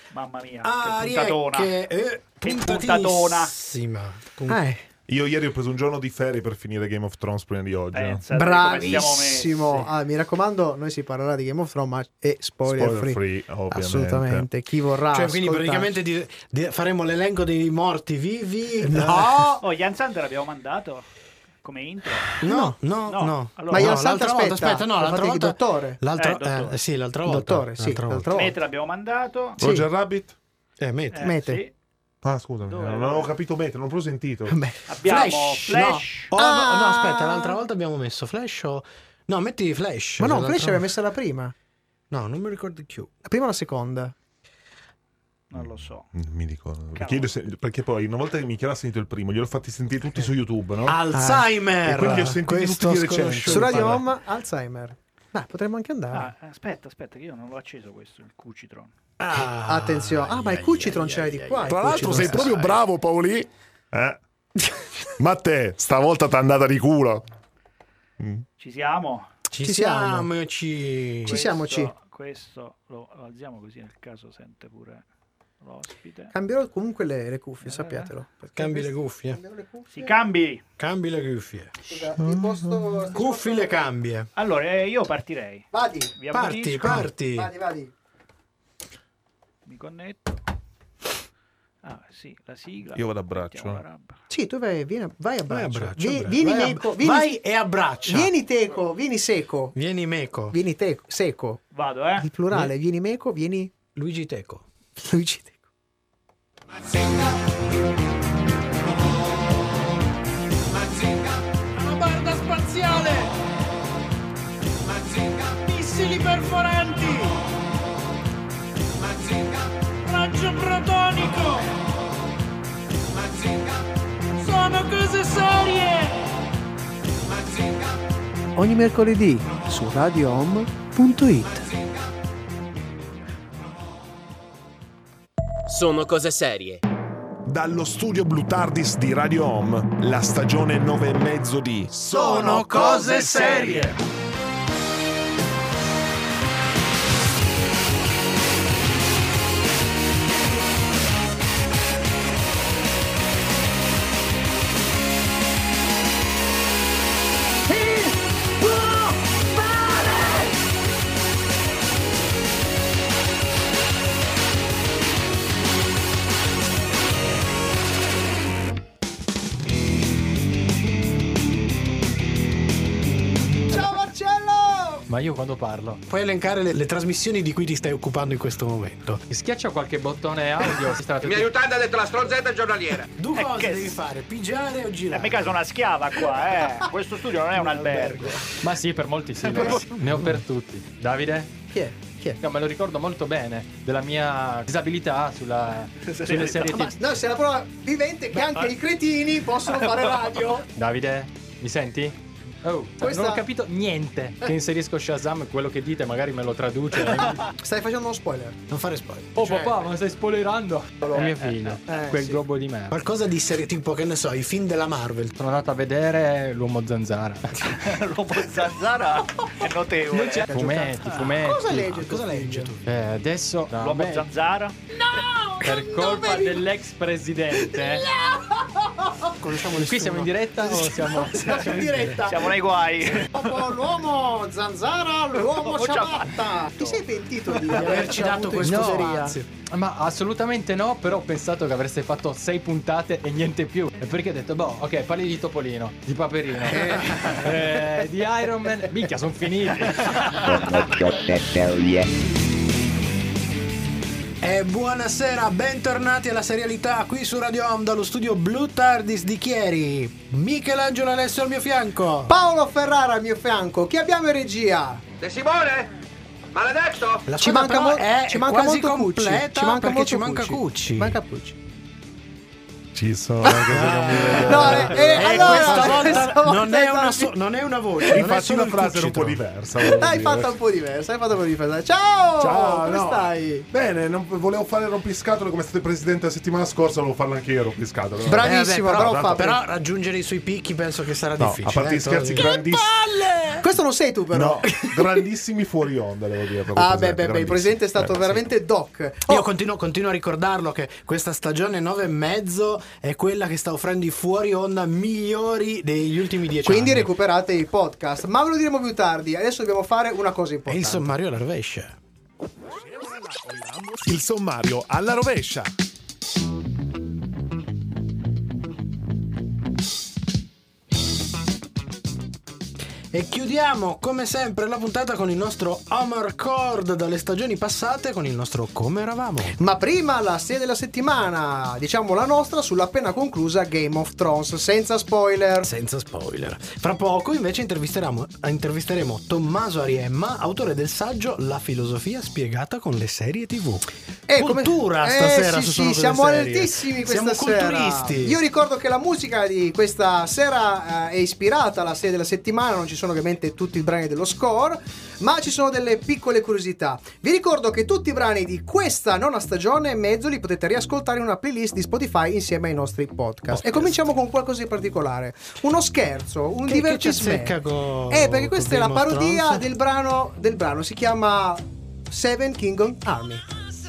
Mamma mia, che puntatona. Io ieri ho preso un giorno di ferie per finire Game of Thrones prima di oggi. Bravissimo. Mi raccomando, noi si parlerà di Game of Thrones, ma è spoiler free ovviamente. Assolutamente. Chi vorrà quindi praticamente faremo l'elenco dei morti vivi. No. Jan Sander abbiamo mandato come intro. No. Allora, ma Jan Sander aspetta, l'altra volta il dottore. L'altra volta. Mete l'abbiamo mandato. Roger Rabbit? Mete. Sì. Ah, scusami, non avevo capito Mete, non l'ho sentito. Abbiamo Flash. No, aspetta, l'altra volta abbiamo messo Flash o... No, metti Flash. Ma no, Flash aveva messa la prima. No, non mi ricordo più. La prima o la seconda? Non lo so. Non mi ricordo. Perché poi una volta che Michele ha sentito il primo, gliel'ho fatti sentire tutti su YouTube, no? Alzheimer! E quindi ho sentito tutti di recente. Su Radio Home, Alzheimer. Potremmo anche andare. Aspetta, che io non l'ho acceso questo, il Cucitron. Attenzione. Ma il Cucitron ce l'hai di qua. Tra l'altro sei proprio bravo, Paoli. Ma te, stavolta t'è andata di culo. Ci siamo? Ci siamo. Questo lo alziamo così nel caso sente pure l'ospite. Cambierò comunque le cuffie, sappiatelo. Cambi le cuffie. Si cambi. Cambi le cuffie. Scusa, il posto... Cuffie le cambie. Allora, io partirei. Vadi. Parti. Mi connetto. Sì, la sigla. Io vado a braccio. Sì, tu vai a braccio. Vieni Meco. Vai e abbraccia. Vieni Teco, vieni Seco. Vieni Meco. Vieni Seco. Vado, Il plurale, vieni Meco, vieni... Luigi Teco. Una barda spaziale. Missili perforanti. Raggio protonico. Sono cose serie. Ogni mercoledì su radiohome.it. Sono cose serie. Dallo studio Blue Tardis di Radio Home, la stagione 9,5 di Sono cose serie. Ma io quando parlo? Puoi elencare le trasmissioni di cui ti stai occupando in questo momento. Schiaccia qualche bottone audio. Il mio aiutante ha detto la stronzetta giornaliera. Due cose devi fare: pigiare o girare. Mica sono una schiava qua, Questo studio non è un albergo. Ma sì, per molti sì. Ne ho per tutti. Davide? Chi è? Me lo ricordo molto bene della mia disabilità sulle serie TV. No, sei la prova vivente che anche i cretini possono fare radio. Davide, mi senti? Non ho capito niente. Che inserisco Shazam, quello che dite magari me lo traduce. Stai facendo uno spoiler. Non fare spoiler. Papà, ma stai spoilerando? Mio figlio, quel globo di merda. Qualcosa di serie tipo, che ne so, i film della Marvel. Sono andato a vedere l'Uomo Zanzara. L'Uomo Zanzara è notevole. Fumetti. Cosa leggi tu? Adesso l'Uomo Zanzara? No! Per colpa dell'ex presidente. Conosciamo Qui siamo in diretta o siamo in diretta? Siamo nei guai. L'uomo Zanzara, l'uomo ciabatta. Ti sei pentito di averci dato questo spazio? Ma assolutamente no, però ho pensato che avreste fatto 6 puntate e niente più. E perché ho detto, ok, parli di Topolino, di Paperino, di Iron Man. Minchia, sono finiti. E buonasera, bentornati alla serialità qui su Radio Home dallo studio Blue Tardis di Chieri. Michelangelo Alessio al mio fianco. Paolo Ferrara al mio fianco. Chi abbiamo in regia? De Simone? Maledetto? Ci manca ci manca molto completa Cucci. Ci manca perché molto ci manca Cucci. Manca Cucci. Ci sono cose che non mi vedo. No, Questa questa volta volta non è una voce. E non è infatti solo la il frase era un po' cucito. diversa. volevo Hai dire. fatto un po' diversa, Ciao! Ciao, come no. stai? Bene, volevo fare il rompiscatole come è stato il presidente la settimana scorsa, volevo farlo anche io il rompiscatole. Bravissimo, però, bravo Fabio. però raggiungere i suoi picchi penso che sarà No, difficile. a parte gli scherzi, grandissimi. Questo non sei tu però. No, grandissimi fuori onda, devo dire. Ah, il presidente è stato veramente doc. Io continuo a ricordarlo che questa stagione 9,5 è quella che sta offrendo i fuori onda migliori degli ultimi 10 Quindi anni. recuperate i podcast, ma ve lo diremo più tardi. Adesso dobbiamo fare una cosa E importante. il sommario alla rovescia. Il sommario alla rovescia. E chiudiamo come sempre la puntata con il nostro Homer Cord dalle stagioni passate con il nostro Come eravamo. Ma prima la serie della settimana, diciamo la nostra sulla appena conclusa Game of Thrones, senza spoiler. Senza spoiler. Fra poco invece intervisteremo Tommaso Ariemma, autore del saggio La filosofia spiegata con le serie TV. Cultura stasera su Sono Cose siamo Serie. altissimi questa Siamo sera. culturisti. Io ricordo che la musica di questa sera è ispirata alla serie della settimana, non ci sono ovviamente tutti i brani dello score, ma ci sono delle piccole curiosità. Vi ricordo che tutti i brani di questa nona stagione e mezzo li potete riascoltare in una playlist di Spotify insieme ai nostri podcast. E cominciamo con qualcosa di particolare, uno scherzo, un Che divertimento. ci azzecca con Perché questa è la Game of parodia Thrones? del brano, si chiama Seven Kingdom Army.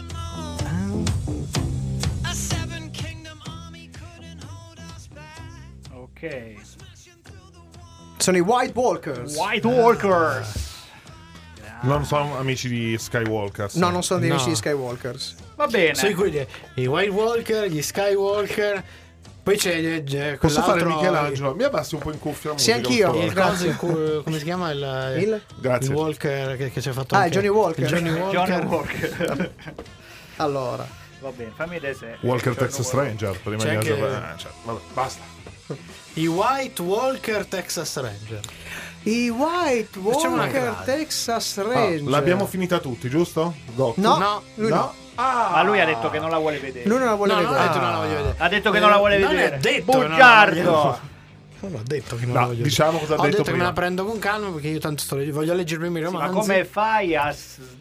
Ok. Sono i White Walkers. White Walkers. Non sono amici di Skywalker. No, non sono dei No. amici di Skywalkers. Va bene. Sono quelli, i White Walker, gli Skywalker. Poi c'è Posso fare quell'altro- Michelangelo? Mi abbassi un po' in cuffia la Sì, musica, anch'io. per Il favore. coso in cui- come si chiama il Grazie. il Walker che ci ha fatto Ah, anche- il Johnny Walker. il Johnny Walker. Johnny Walker. Allora, Va bene, fammi vedere se Walker Johnny Texas Walker. Ranger. Per C'è anche- vabbè, basta. I White Walker Texas Ranger. i White Facciamo una Walker grande. Texas Ah, Ranger. l'abbiamo finita tutti, giusto? Goku. No, No. lui no. Ma lui ha detto che non la vuole vedere. Lui non la vuole No, non ho vedere. detto non la voglio vedere. Ha detto che non la vuole Non vedere. è detto che non la voglio Bugiardo. vedere. Non ho detto che non No, la voglio diciamo vedere. cosa ha Ho detto detto che prima. me la prendo con calma perché io tanto voglio leggermi i Ma romanzi. come fai a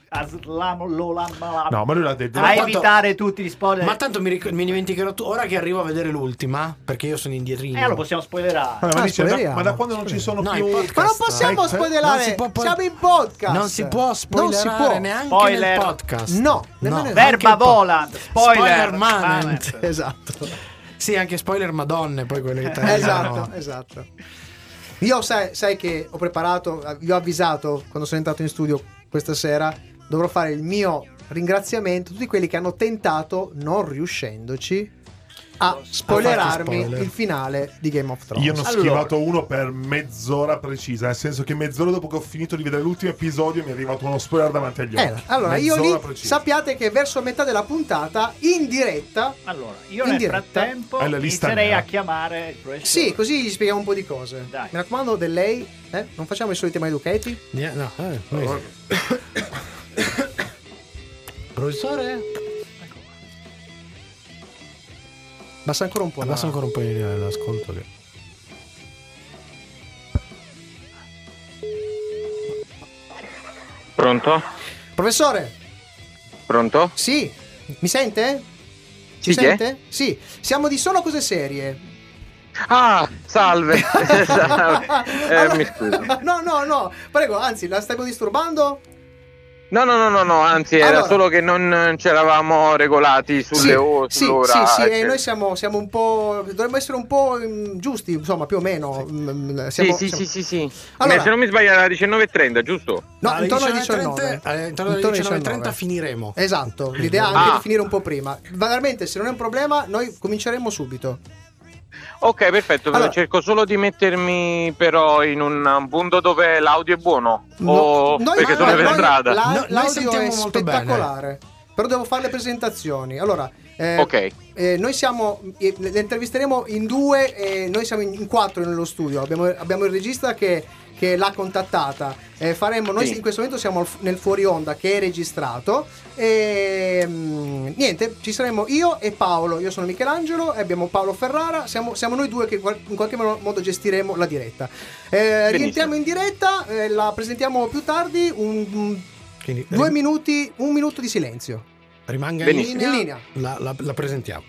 No, ma lui l'ha detto. a quanto- evitare tutti gli spoiler? Ma tanto mi dimenticherò ora che arrivo a vedere l'ultima, perché io sono indietrino. Lo possiamo spoilerare. Ma, dice, spoileriamo. ma da quando non ci sono No, più i podcast. Ma non possiamo Non spoilerare. si può- Siamo in podcast. Non si può Non spoilerare si può. neanche Spoiler. nel podcast. No, nemmeno No. nel- Verba anche il volant, spoiler. Spoiler manent. Esatto. Sì, anche spoiler madonne, poi quelle che tagliano. Esatto. Io sai che ho preparato, vi ho avvisato quando sono entrato in studio questa sera, dovrò fare il mio ringraziamento a tutti quelli che hanno tentato, non riuscendoci, a spoilerarmi spoiler. il finale di Game of Thrones. Io ne ho Allora. schivato uno per mezz'ora precisa, nel senso che mezz'ora dopo che ho finito di vedere l'ultimo episodio mi è arrivato uno spoiler davanti agli occhi. Allora, io Mezz'ora lì precisa. sappiate che verso metà della puntata, in diretta, Allora, io In nel diretta. frattempo Hai la lista inizierei nera. a chiamare il professore. sì, così gli spieghiamo un po' di cose. Dai. Mi raccomando, del lei, non facciamo i soliti maleducati. No, Professore? Basta ancora un po'. Abbassa ancora un po' l'ascolto. Che... Pronto? Professore, Pronto? sì, mi sente? Ci Sì, chi è? sente? Sì, siamo di Sono Cose Serie. Ah, salve. Mi scusi. No, prego, anzi, la stiamo disturbando? No, anzi, era Allora. solo che non ci eravamo regolati sull'ora. Sì, e cioè. noi siamo un po'. Dovremmo essere un po' giusti, insomma, più o meno. Siamo- Sì. Allora- Ma se non mi sbaglio era 19:30, giusto? No, Alle intorno alle 19:30 19. intorno alle 19:30 finiremo. Esatto, l'idea è anche Ah. di finire un po' prima. Veramente, se non è un problema, noi cominceremo subito. Ok, perfetto. Allora- Cerco solo di mettermi però in un punto dove l'audio è buono. O Noi- perché sono per noi- strada. la- No, noi l'audio sentiamo è molto bene. spettacolare. però devo fare le presentazioni. Allora, Ok. noi siamo, le intervisteremo in 2, noi siamo in 4 nello studio. Abbiamo il regista che l'ha contattata. Noi in questo momento siamo nel fuori onda che è registrato. E niente, ci saremo io e Paolo. Io sono Michelangelo e abbiamo Paolo Ferrara. Siamo noi due che in qualche modo gestiremo la diretta. Rientriamo in diretta, la presentiamo più tardi. Quindi, 2 minuti, 1 minuto di silenzio. Rimanga Benissimo. in In linea. linea. La presentiamo.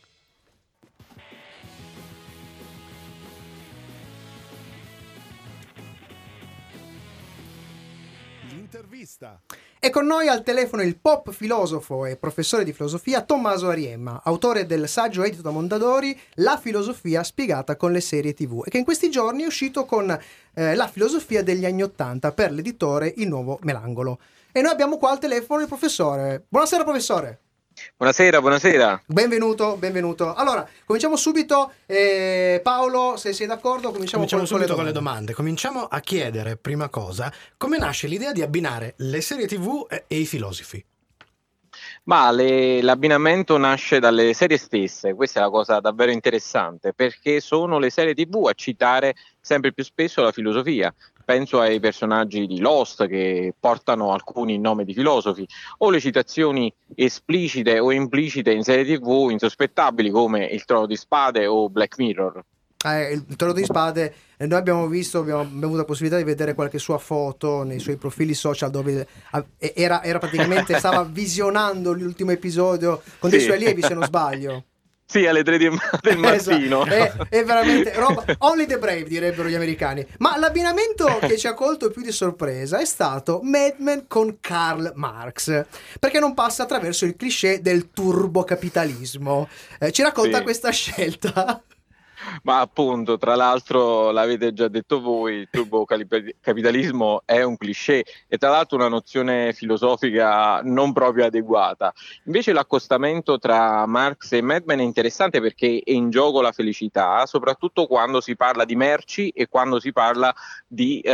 L'intervista. E con noi al telefono il pop filosofo e professore di filosofia Tommaso Ariemma, autore del saggio edito da Mondadori La filosofia spiegata con le serie TV, e che in questi giorni è uscito con la filosofia degli anni '80 per l'editore Il Nuovo Melangolo. E noi abbiamo qua al telefono il professore. Buonasera professore. Buonasera. Benvenuto. Allora, cominciamo subito. Paolo, se sei d'accordo, cominciamo subito con le domande. Cominciamo a chiedere, prima cosa, come nasce l'idea di abbinare le serie TV e i filosofi? Ma l'abbinamento nasce dalle serie stesse, questa è la cosa davvero interessante, perché sono le serie TV a citare sempre più spesso la filosofia. Penso ai personaggi di Lost che portano alcuni in nome di filosofi, o le citazioni esplicite o implicite in serie TV insospettabili come Il Trono di Spade o Black Mirror. Il Trono di Spade, noi abbiamo avuto la possibilità di vedere qualche sua foto nei suoi profili social dove era praticamente stava visionando l'ultimo episodio con dei suoi allievi, se non sbaglio. Sì, alle 3 del mattino. È veramente roba, only the brave direbbero gli americani. Ma l'abbinamento che ci ha colto più di sorpresa è stato Mad Men con Karl Marx, perché non passa attraverso il cliché del turbocapitalismo. Ci racconta questa scelta? Ma appunto, tra l'altro l'avete già detto voi, il turbocapitalismo è un cliché e tra l'altro una nozione filosofica non proprio adeguata. Invece l'accostamento tra Marx e Mad Men è interessante perché è in gioco la felicità, soprattutto quando si parla di merci e quando si parla di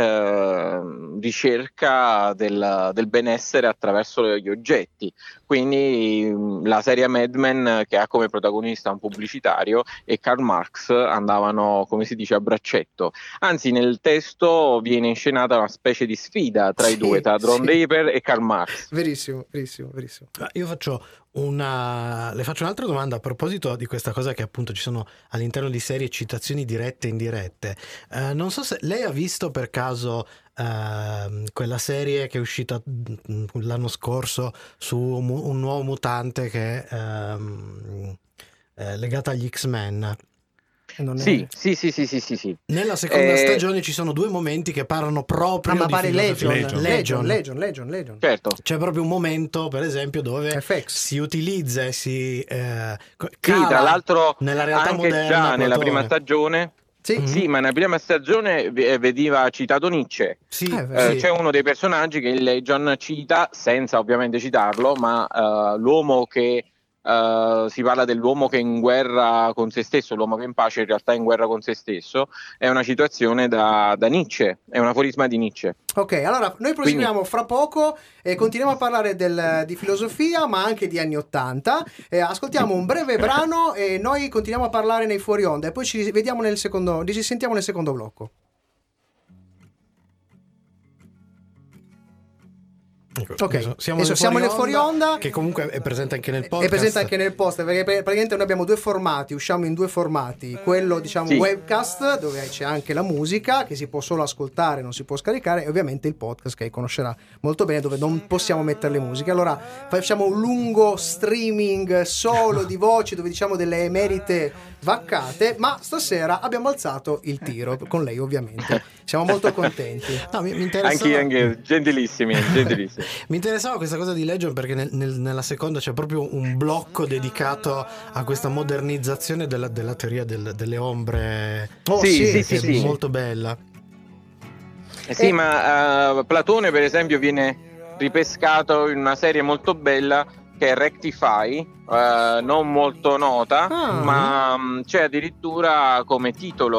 ricerca del benessere attraverso gli oggetti. Quindi la serie Mad Men, che ha come protagonista un pubblicitario, e Karl Marx andavano, come si dice, a braccetto. Anzi, nel testo viene inscenata una specie di sfida tra i due, tra Ron Draper e Karl Marx. Verissimo. Io le faccio un'altra domanda a proposito di questa cosa che appunto ci sono all'interno di serie citazioni dirette e indirette. Non so se lei ha visto per caso quella serie che è uscita l'anno scorso su un nuovo mutante che è legata agli X-Men. Sì. Nella seconda stagione ci sono 2 momenti che parlano proprio di Legion. Certo. C'è proprio un momento, per esempio, dove si utilizza e si tra l'altro nella realtà anche moderna già nella Platone. prima stagione. Sì, ma nella prima stagione veniva citato Nietzsche. C'è uno dei personaggi che il Legion cita, senza ovviamente citarlo, ma l'uomo che si parla dell'uomo che è in guerra con se stesso, l'uomo che in pace in realtà è in guerra con se stesso, è una citazione da Nietzsche, è un aforisma di Nietzsche. Ok, allora noi proseguiamo fra poco e continuiamo a parlare di filosofia, ma anche di anni '80. Ascoltiamo un breve brano e noi continuiamo a parlare nei fuori onda e poi ci sentiamo nel secondo blocco. Ok, siamo nel fuori onda, che comunque è presente anche nel podcast. È presente anche nel post, perché praticamente noi abbiamo 2 formati, usciamo in 2 formati. Quello webcast, dove c'è anche la musica che si può solo ascoltare, non si può scaricare, e ovviamente il podcast che conoscerà molto bene, dove non possiamo mettere le musiche. Allora facciamo un lungo streaming solo di voci, dove diciamo delle emerite vaccate, ma stasera abbiamo alzato il tiro con lei, ovviamente. Siamo molto contenti. No, mi interessava... Anche gentilissimi. Mi interessava questa cosa di Legion perché nella seconda c'è proprio un blocco dedicato a questa modernizzazione della teoria delle ombre. Sì. Molto bella. Sì, ma Platone per esempio viene ripescato in una serie molto bella che è Rectify, non molto nota, ma c'è addirittura come titolo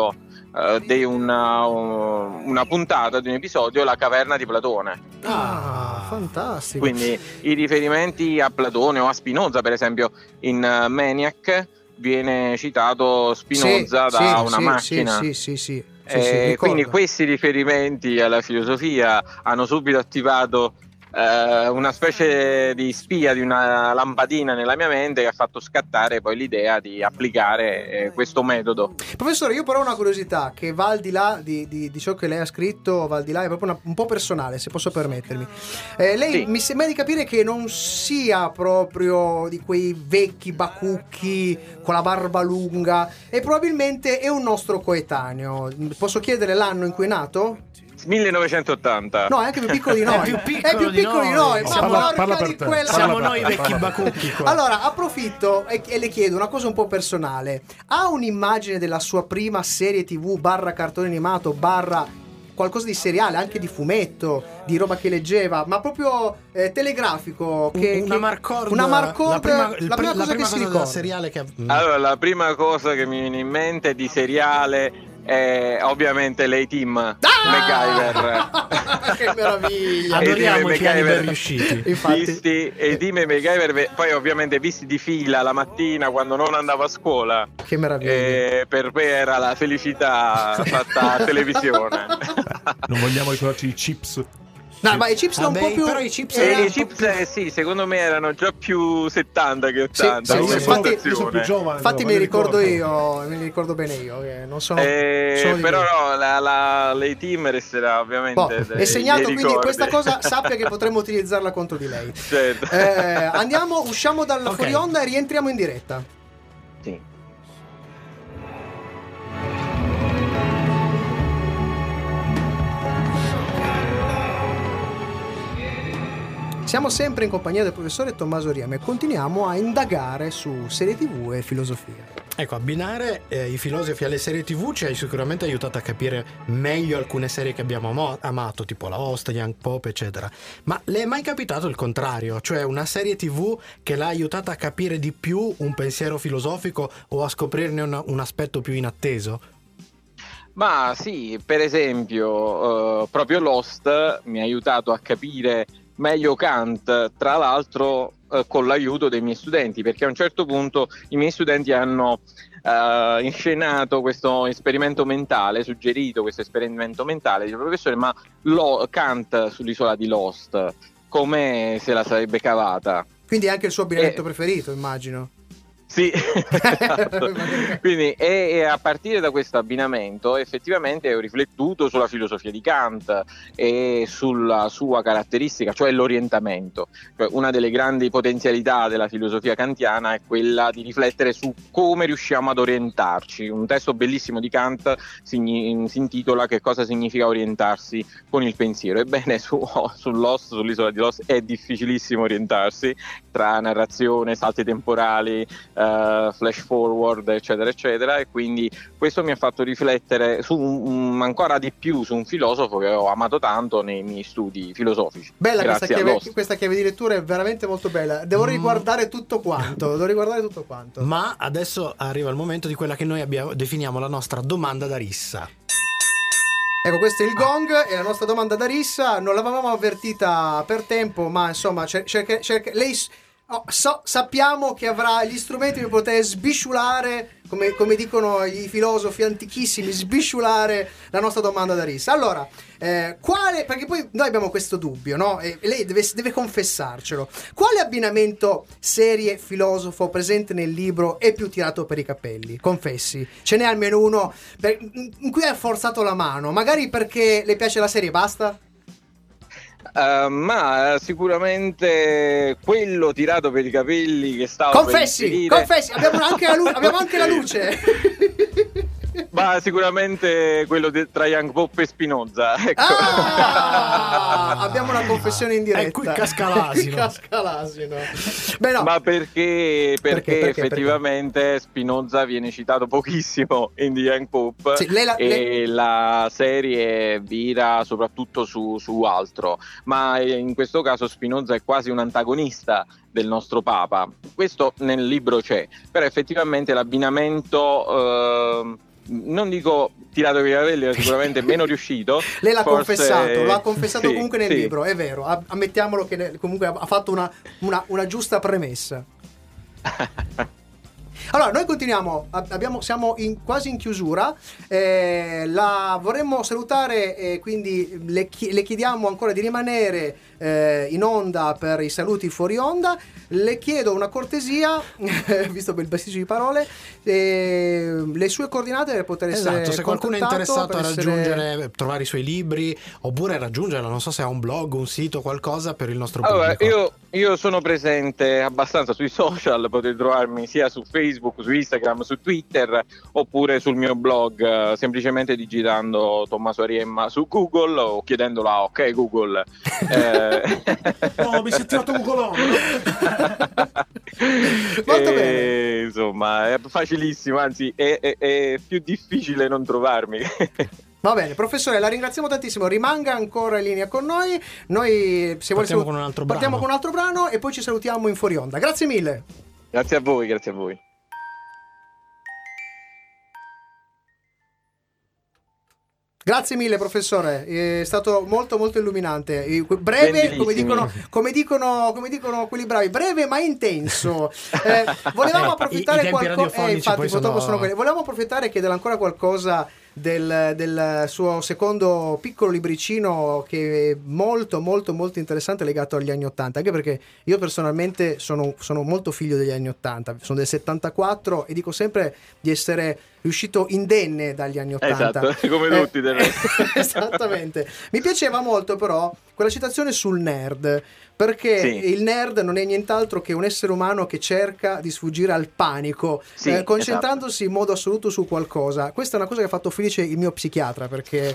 di una puntata, di un episodio, La caverna di Platone. Fantastico. Quindi i riferimenti a Platone o a Spinoza, per esempio, in Maniac viene citato Spinoza da una macchina. Sì, quindi questi riferimenti alla filosofia hanno subito attivato una specie di spia, di una lampadina nella mia mente, che ha fatto scattare poi l'idea di applicare questo metodo. Professore, io però ho una curiosità che va al di là di ciò che lei ha scritto, va al di là, è proprio un po' personale, se posso permettermi. Lei Sì. mi sembra di capire che non sia proprio di quei vecchi bacucchi con la barba lunga, e probabilmente è un nostro coetaneo. Posso chiedere l'anno in cui è nato? 1980. No, è anche più piccolo di noi. È più piccolo di noi. Parla- Ma parla porca per di te. quella- Siamo Parla noi per te, vecchi parla. bacucchi qua. Allora, approfitto e le chiedo una cosa un po' personale. Ha un'immagine della sua prima serie TV / cartone animato / qualcosa di seriale, anche di fumetto, di roba che leggeva, ma proprio telegrafico? Una Marcord, Una Marcord, la prima, la prima cosa che si del ricorda. seriale che Allora, la prima cosa che mi viene in mente di seriale è ovviamente l'A-Team MacGyver. Che meraviglia! adoriamo i piani MacGyver. ben riusciti. Infatti, Visti A-Team e MacGyver, poi ovviamente visti di fila la mattina quando non andavo a scuola. che meraviglia. Per me era la felicità fatta a televisione. Non vogliamo ricordarci i chips. No, ma i chips sono un po' più. Però i chips E erano i chips, sì, secondo me erano già più 70 che 80. Sì, come infatti- io sono più giovane. Infatti me me li li ricordo ricordo. io, me li ricordo bene io, che non sono di però lui. no, l'A-Team resterà ovviamente. Boh, è segnato, dei quindi ricordi. questa cosa sappia che potremmo utilizzarla contro di lei. Certo. Usciamo dal Ok. fuori onda e rientriamo in diretta. Sì. Siamo sempre in compagnia del professore Tommaso Riame e continuiamo a indagare su serie TV e filosofia. Ecco, abbinare i filosofi alle serie TV ci ha sicuramente aiutato a capire meglio alcune serie che abbiamo amato, tipo La Host, Young Pope, eccetera. Ma le è mai capitato il contrario? Cioè una serie TV che l'ha aiutata a capire di più un pensiero filosofico o a scoprirne un aspetto più inatteso? Ma sì, per esempio, proprio Lost mi ha aiutato a capire meglio Kant, tra l'altro con l'aiuto dei miei studenti, perché a un certo punto i miei studenti hanno inscenato questo esperimento mentale, suggerito questo esperimento mentale, dice professore, ma Kant sull'isola di Lost come se la sarebbe cavata? Quindi è anche il suo abbinamento preferito, immagino. Sì, esatto. Quindi e a partire da questo abbinamento effettivamente ho riflettuto sulla filosofia di Kant e sulla sua caratteristica, cioè l'orientamento. Cioè, una delle grandi potenzialità della filosofia kantiana è quella di riflettere su come riusciamo ad orientarci. Un testo bellissimo di Kant si intitola Che cosa significa orientarsi con il pensiero. Ebbene, sull'isola di Lost è difficilissimo orientarsi tra narrazione, salti temporali, flash forward, eccetera eccetera, e quindi questo mi ha fatto riflettere ancora di più su un filosofo che ho amato tanto nei miei studi filosofici. Bella Grazie a Lost. questa chiave di lettura, è veramente molto bella. Devo riguardare tutto quanto. Ma adesso arriva il momento di quella che noi definiamo la nostra domanda da rissa. Ecco, questo è il gong e la nostra domanda da rissa. Non l'avevamo avvertita per tempo, ma insomma, lei sappiamo che avrà gli strumenti per poter sbisciulare, come dicono i filosofi antichissimi, sbisciulare la nostra domanda da rissa. Allora, perché poi noi abbiamo questo dubbio, no? E lei deve confessarcelo. Quale abbinamento serie filosofo presente nel libro è più tirato per i capelli? Confessi, ce n'è almeno uno in cui ha forzato la mano, magari perché le piace la serie e basta? Ma sicuramente quello tirato per i capelli che stavo Confessi, abbiamo anche la luce. Ma sicuramente quello tra Young Pope e Spinoza, ecco. Abbiamo una confessione in diretta. Qui casca l'asino. Casca l'asino. Beh, no. Ma perché Perché? effettivamente Spinoza viene citato pochissimo in The Young Pope, Sì, la serie vira soprattutto su altro, ma in questo caso Spinoza è quasi un antagonista del nostro Papa. Questo nel libro c'è, però effettivamente l'abbinamento non dico tirato via i capelli, ma sicuramente meno riuscito. Lei l'ha Forse- confessato, lo ha confessato sì, comunque nel sì. libro, è vero, ammettiamolo che comunque ha fatto una giusta premessa. Allora, noi continuiamo, siamo quasi in chiusura, vorremmo salutare, quindi le chiediamo ancora di rimanere in onda per i saluti fuori onda. Le chiedo una cortesia, visto quel pasticcio di parole, le sue coordinate per poter essere Esatto, se qualcuno è contattato, interessato a per essere- raggiungere, trovare i suoi libri, oppure raggiungerla, non so se ha un blog, un sito, qualcosa per il nostro Allora, pubblico. io sono presente abbastanza sui social, potete trovarmi sia su Facebook, su Instagram, su Twitter, oppure sul mio blog, semplicemente digitando Tommaso Ariemma su Google o chiedendolo a OK Google. No, mi si è tirato un colone. Molto bene. Insomma, è facilissimo, anzi è più difficile non trovarmi. Va bene, professore, la ringraziamo tantissimo. Rimanga ancora in linea con noi. Noi, se vuole, Partiamo con un altro partiamo brano. con un altro brano e poi ci salutiamo in fuori onda. Grazie mille. Grazie a voi, grazie a voi. Grazie mille, professore. È stato molto molto illuminante. Breve, come dicono quelli bravi, breve ma intenso. Volevamo approfittare i tempi radiofonici infatti, poi purtroppo sono- sono quelli. Volevamo approfittare e chiedere ancora qualcosa del suo secondo piccolo libricino, che è molto molto molto interessante, legato agli anni 80, anche perché io personalmente sono molto figlio degli anni 80, sono del 74 e dico sempre di essere riuscito indenne dagli anni 80. Esatto, come tutti del resto. Esattamente. Mi piaceva molto però quella citazione sul nerd, perché Sì. il nerd non è nient'altro che un essere umano che cerca di sfuggire al panico, Sì, concentrandosi in modo assoluto su qualcosa. Questa è una cosa che ha fatto felice il mio psichiatra, perché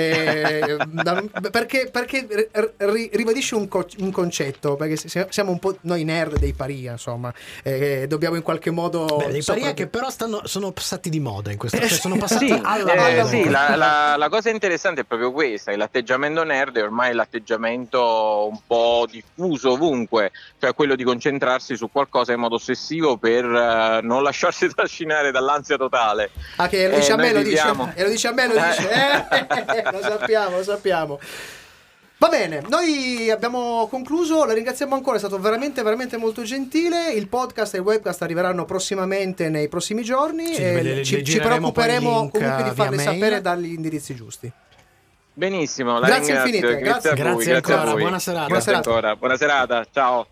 ribadisce un concetto, perché siamo un po' noi nerd dei paria, insomma, dobbiamo in qualche modo Dei paria che però sono passati di moda in questo, cioè sono passati Sì, alla moda. sì, la cosa interessante è proprio questa, che l'atteggiamento nerd è ormai l'atteggiamento un po' diffuso ovunque, cioè quello di concentrarsi su qualcosa in modo ossessivo per non lasciarsi trascinare dall'ansia totale. Ah, che lo dice a me, noi lo viviamo- dice. E lo dice a me, lo dice. Lo sappiamo. Va bene, noi abbiamo concluso, la ringraziamo ancora, è stato veramente veramente molto gentile. Il podcast e il webcast arriveranno prossimamente nei prossimi giorni, Sì, e le ci gireremo poi il preoccuperemo link comunque di via farle mail. sapere e dargli gli indirizzi giusti. Benissimo, la Grazie ringrazio. infinite, Grazie a voi, grazie grazie a ancora, voi. buona serata. Grazie Buona serata. ancora, buona serata, ciao.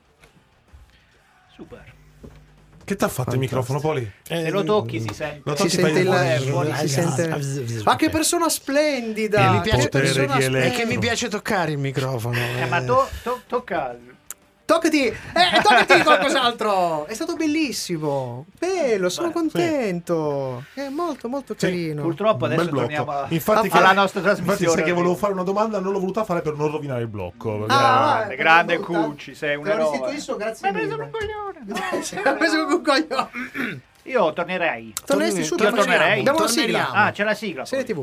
Super. Che t'ha fatto il microfono, Poli? Se lo tocchi si sente. Lo Si tocchi, sente fai si sente. Ma che persona splendida! Mi piace- che persona Potere di splendida. È che mi piace toccare il microfono. Ma tocca. Toccati qualcos'altro. È stato bellissimo, bello, sono contento. È molto molto carino. Purtroppo Un adesso bel blocco. torniamo Infatti alla nostra Infatti, trasmissione. sai che volevo fare una domanda, non l'ho voluta fare per non rovinare il blocco. perché- Ah, grande voluta. Cucci, sei un Te lo eroe. restituisco, grazie mille. un coglione. Si è preso con un coglione. Io tornerei. Torneresti subito? Io tornerei. Abbiamo una Torneriamo. sigla. Ah, c'è la sigla. Serie poi. TV.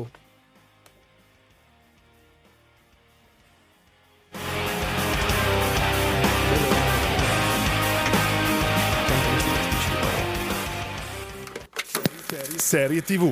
Serie TV.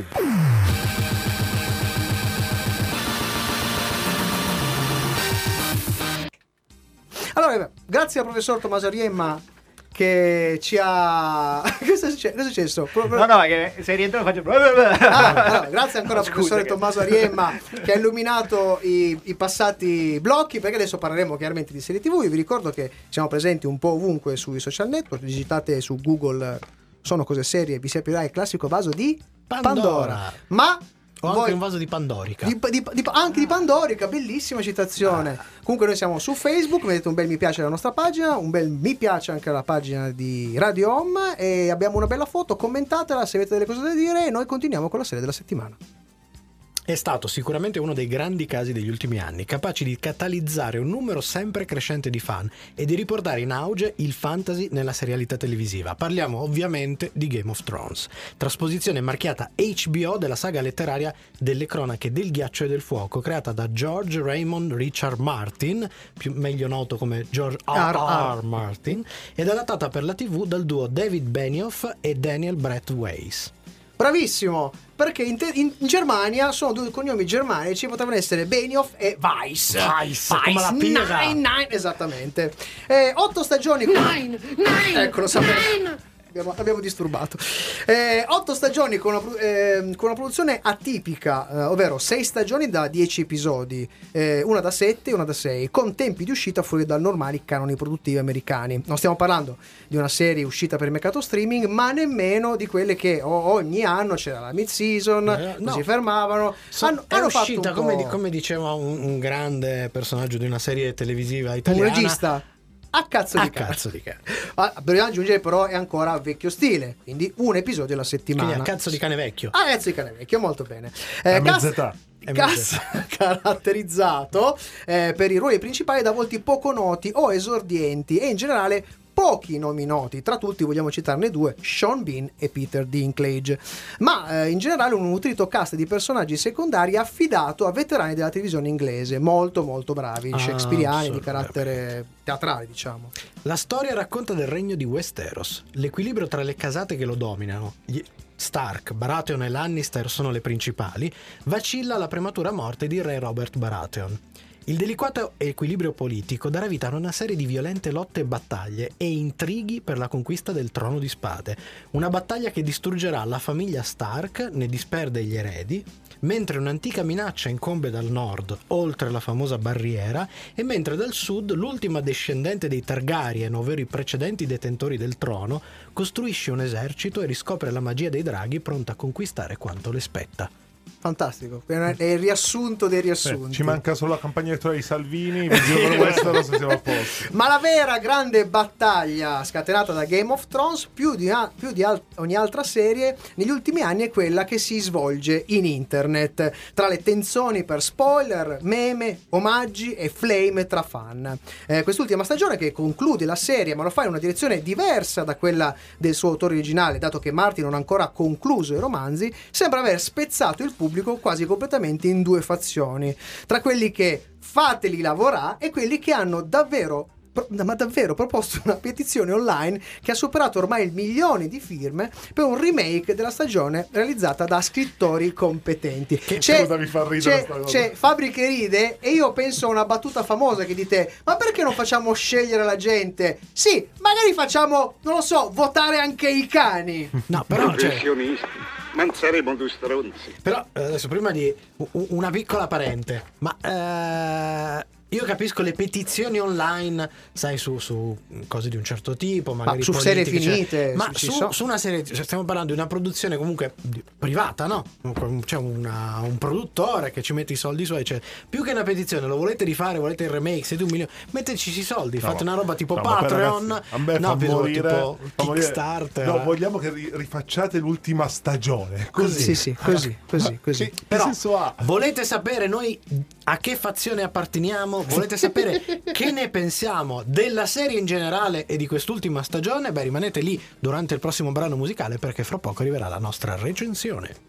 Allora, grazie al professor Tommaso Ariemma che ci ha... Cosa è successo? No, no, che sei rientrato faccio. Allora, grazie ancora al Scusa, professore che- Tommaso Ariemma che ha illuminato i passati blocchi, perché adesso parleremo chiaramente di serie TV. Io vi ricordo che siamo presenti un po' ovunque sui social network, digitate su Google Sono Cose Serie, vi si aprirà il classico vaso di Pandora. Ma O anche voi- un vaso di Pandorica. anche di Pandorica, bellissima citazione. Comunque noi siamo su Facebook, mettete un bel mi piace alla nostra pagina, un bel mi piace anche alla pagina di Radio Home, e abbiamo una bella foto, commentatela se avete delle cose da dire, e noi continuiamo con la serie della settimana. È stato sicuramente uno dei grandi casi degli ultimi anni, capaci di catalizzare un numero sempre crescente di fan e di riportare in auge il fantasy nella serialità televisiva. Parliamo ovviamente di Game of Thrones, trasposizione marchiata HBO della saga letteraria delle cronache del ghiaccio e del fuoco, creata da George Raymond Richard Martin, meglio noto come George R.R. Martin, ed adattata per la TV dal duo David Benioff e Daniel Brett Weiss. Bravissimo, perché in Germania sono due cognomi germanici, potevano essere Benioff e Weiss. Weiss, come la piega. Nine, esattamente. 8 stagioni. Ecco, lo sapevo. Abbiamo disturbato. 8 stagioni con una produzione atipica, ovvero 6 stagioni da 10 episodi, una da 7 e una da 6, con tempi di uscita fuori dai normali canoni produttivi americani. Non stiamo parlando di una serie uscita per il mercato streaming, ma nemmeno di quelle che ogni anno c'era la mid-season, si fermavano. È uscita, come diceva un grande personaggio di una serie televisiva italiana, un regista. A cazzo di cane. Dobbiamo aggiungere però è ancora a vecchio stile, quindi un episodio alla settimana. Quindi a cazzo di cane vecchio. A cazzo di cane vecchio, molto bene. Cast caratterizzato per i ruoli principali da volti poco noti o esordienti e in generale pochi nomi noti, tra tutti vogliamo citarne due, Sean Bean e Peter Dinklage, ma in generale un nutrito cast di personaggi secondari affidato a veterani della televisione inglese, molto molto bravi, shakespeariani, di carattere teatrale, diciamo. La storia racconta del regno di Westeros, l'equilibrio tra le casate che lo dominano. Gli Stark, Baratheon e Lannister sono le principali, vacilla la prematura morte di re Robert Baratheon. Il delicato equilibrio politico darà vita a una serie di violente lotte e battaglie e intrighi per la conquista del trono di spade. Una battaglia che distruggerà la famiglia Stark, ne disperde gli eredi, mentre un'antica minaccia incombe dal nord, oltre la famosa barriera, e mentre dal sud l'ultima discendente dei Targaryen, ovvero i precedenti detentori del trono, costruisce un esercito e riscopre la magia dei draghi pronta a conquistare quanto le spetta. Fantastico, è il riassunto dei riassunti. Ci manca solo la campagna elettorale di Salvini, per Westeros siamo a posto. Ma la vera grande battaglia scatenata da Game of Thrones, più di ogni altra serie negli ultimi anni, è quella che si svolge in internet, tra le tensioni per spoiler, meme, omaggi e flame tra fan. Quest'ultima stagione, che conclude la serie ma lo fa in una direzione diversa da quella del suo autore originale, dato che Martin non ha ancora concluso i romanzi, sembra aver spezzato il pubblico quasi completamente in due fazioni, tra quelli che fateli lavorare e quelli che hanno davvero proposto una petizione online che ha superato ormai milioni di firme per un remake della stagione realizzata da scrittori competenti. Cosa mi fa ridere sta cosa? C'è Fabri che ride e io penso a una battuta famosa che dite: ma perché non facciamo scegliere la gente? Sì, magari facciamo, non lo so, votare anche i cani. No, però ma non saremo due stronzi. Però adesso, prima di una piccola parente, ma io capisco le petizioni online, sai, su cose di un certo tipo, magari su politiche, serie finite, ma su una serie, stiamo parlando di una produzione comunque privata, no? C'è un produttore che ci mette i soldi suoi, cioè, più che una petizione, lo volete rifare, volete il remake, siete un milione, metteteci i soldi, fate una roba tipo Patreon, tipo Kickstarter. No, vogliamo che rifacciate l'ultima stagione, così. Sì, così. Però, senso ha? Volete sapere noi a che fazione apparteniamo? Volete sapere che ne pensiamo della serie in generale e di quest'ultima stagione? Beh, rimanete lì durante il prossimo brano musicale, perché fra poco arriverà la nostra recensione.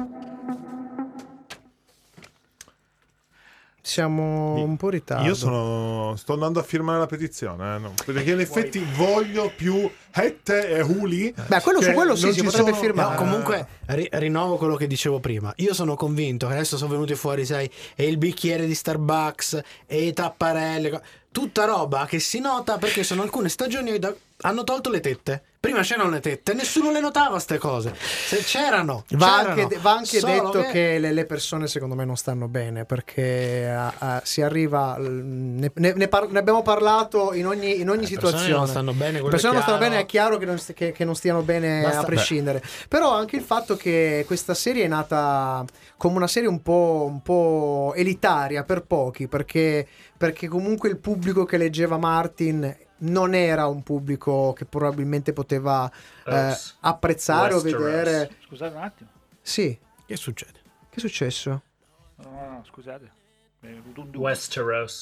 Siamo un po' in ritardo. Io sto andando a firmare la petizione, perché in effetti voglio più Hette e Huli. Beh, su quello sì, si potrebbe firmare. No, comunque rinnovo quello che dicevo prima. Io sono convinto che adesso sono venuti fuori, sai, e il bicchiere di Starbucks e i tapparelle, tutta roba che si nota perché sono alcune stagioni hanno tolto le tette. Prima c'erano le tette, nessuno le notava ste cose. Se c'erano. Va anche detto che le persone secondo me non stanno bene, perché si arriva. Ne abbiamo parlato in ogni situazione. Non stanno bene, le persone non stanno bene, è chiaro che non stiano bene a prescindere. Però anche il fatto che questa serie è nata come una serie un po' elitaria per pochi, perché comunque il pubblico che leggeva Martin non era un pubblico che probabilmente poteva apprezzare o vedere. Scusate un attimo. Sì. Che succede? Che è successo? No, scusate. Westeros.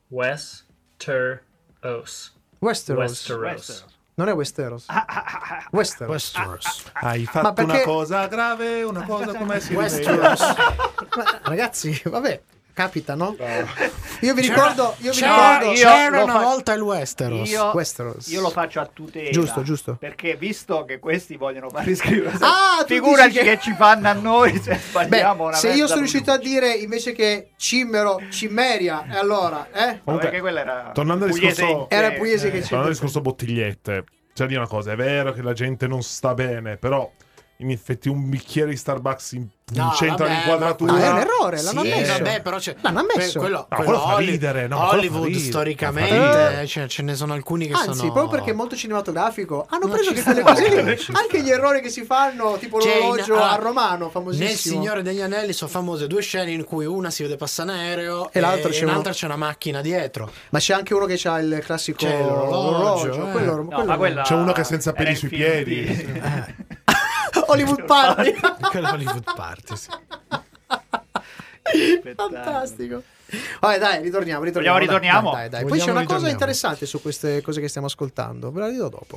Westeros. Non è Westeros. Westeros. Hai fatto una cosa grave, una cosa come si Westeros. Ragazzi, vabbè. capita, no? Io vi ricordo C'era una volta il Westeros. Io lo faccio a tutela. Giusto. Perché visto che questi vogliono far riscrivere, tu figuraci dici che ci fanno a noi se sbagliamo una se io mezza sono riuscito a dire invece che Cimmeria, e allora, Comunque, perché quella era tornando al pugliese discorso, era pugliese che tornando al discorso bottigliette, c'è di una cosa, è vero che la gente non sta bene, però in effetti un bicchiere di Starbucks in centro all'inquadratura è un errore, l'hanno ammesso. Vabbè, però l'hanno ammesso. Quello fa ridere, no, Hollywood quello fa storicamente ce ne sono alcuni che Anzi, sono proprio perché è molto cinematografico, hanno Non preso ci che quelle sta. cose lì, anche gli errori che si fanno, tipo l'orologio a Romano, nel famosissimo. Signore degli Anelli sono famose 2 scene in cui una si vede passare un aereo E l'altra c'è una macchina dietro. Ma c'è anche uno che ha il classico C'è l'orologio, quello ma quella c'è uno che ha senza era peli il sui film piedi. Hollywood Party. Quello Hollywood Party, sì. Fantastico. Vabbè, dai, ritorniamo. Ritorniamo? Dai. Poi Vogliamo c'è una cosa ritorniamo. interessante su queste cose che stiamo ascoltando. Ve la dirò dopo.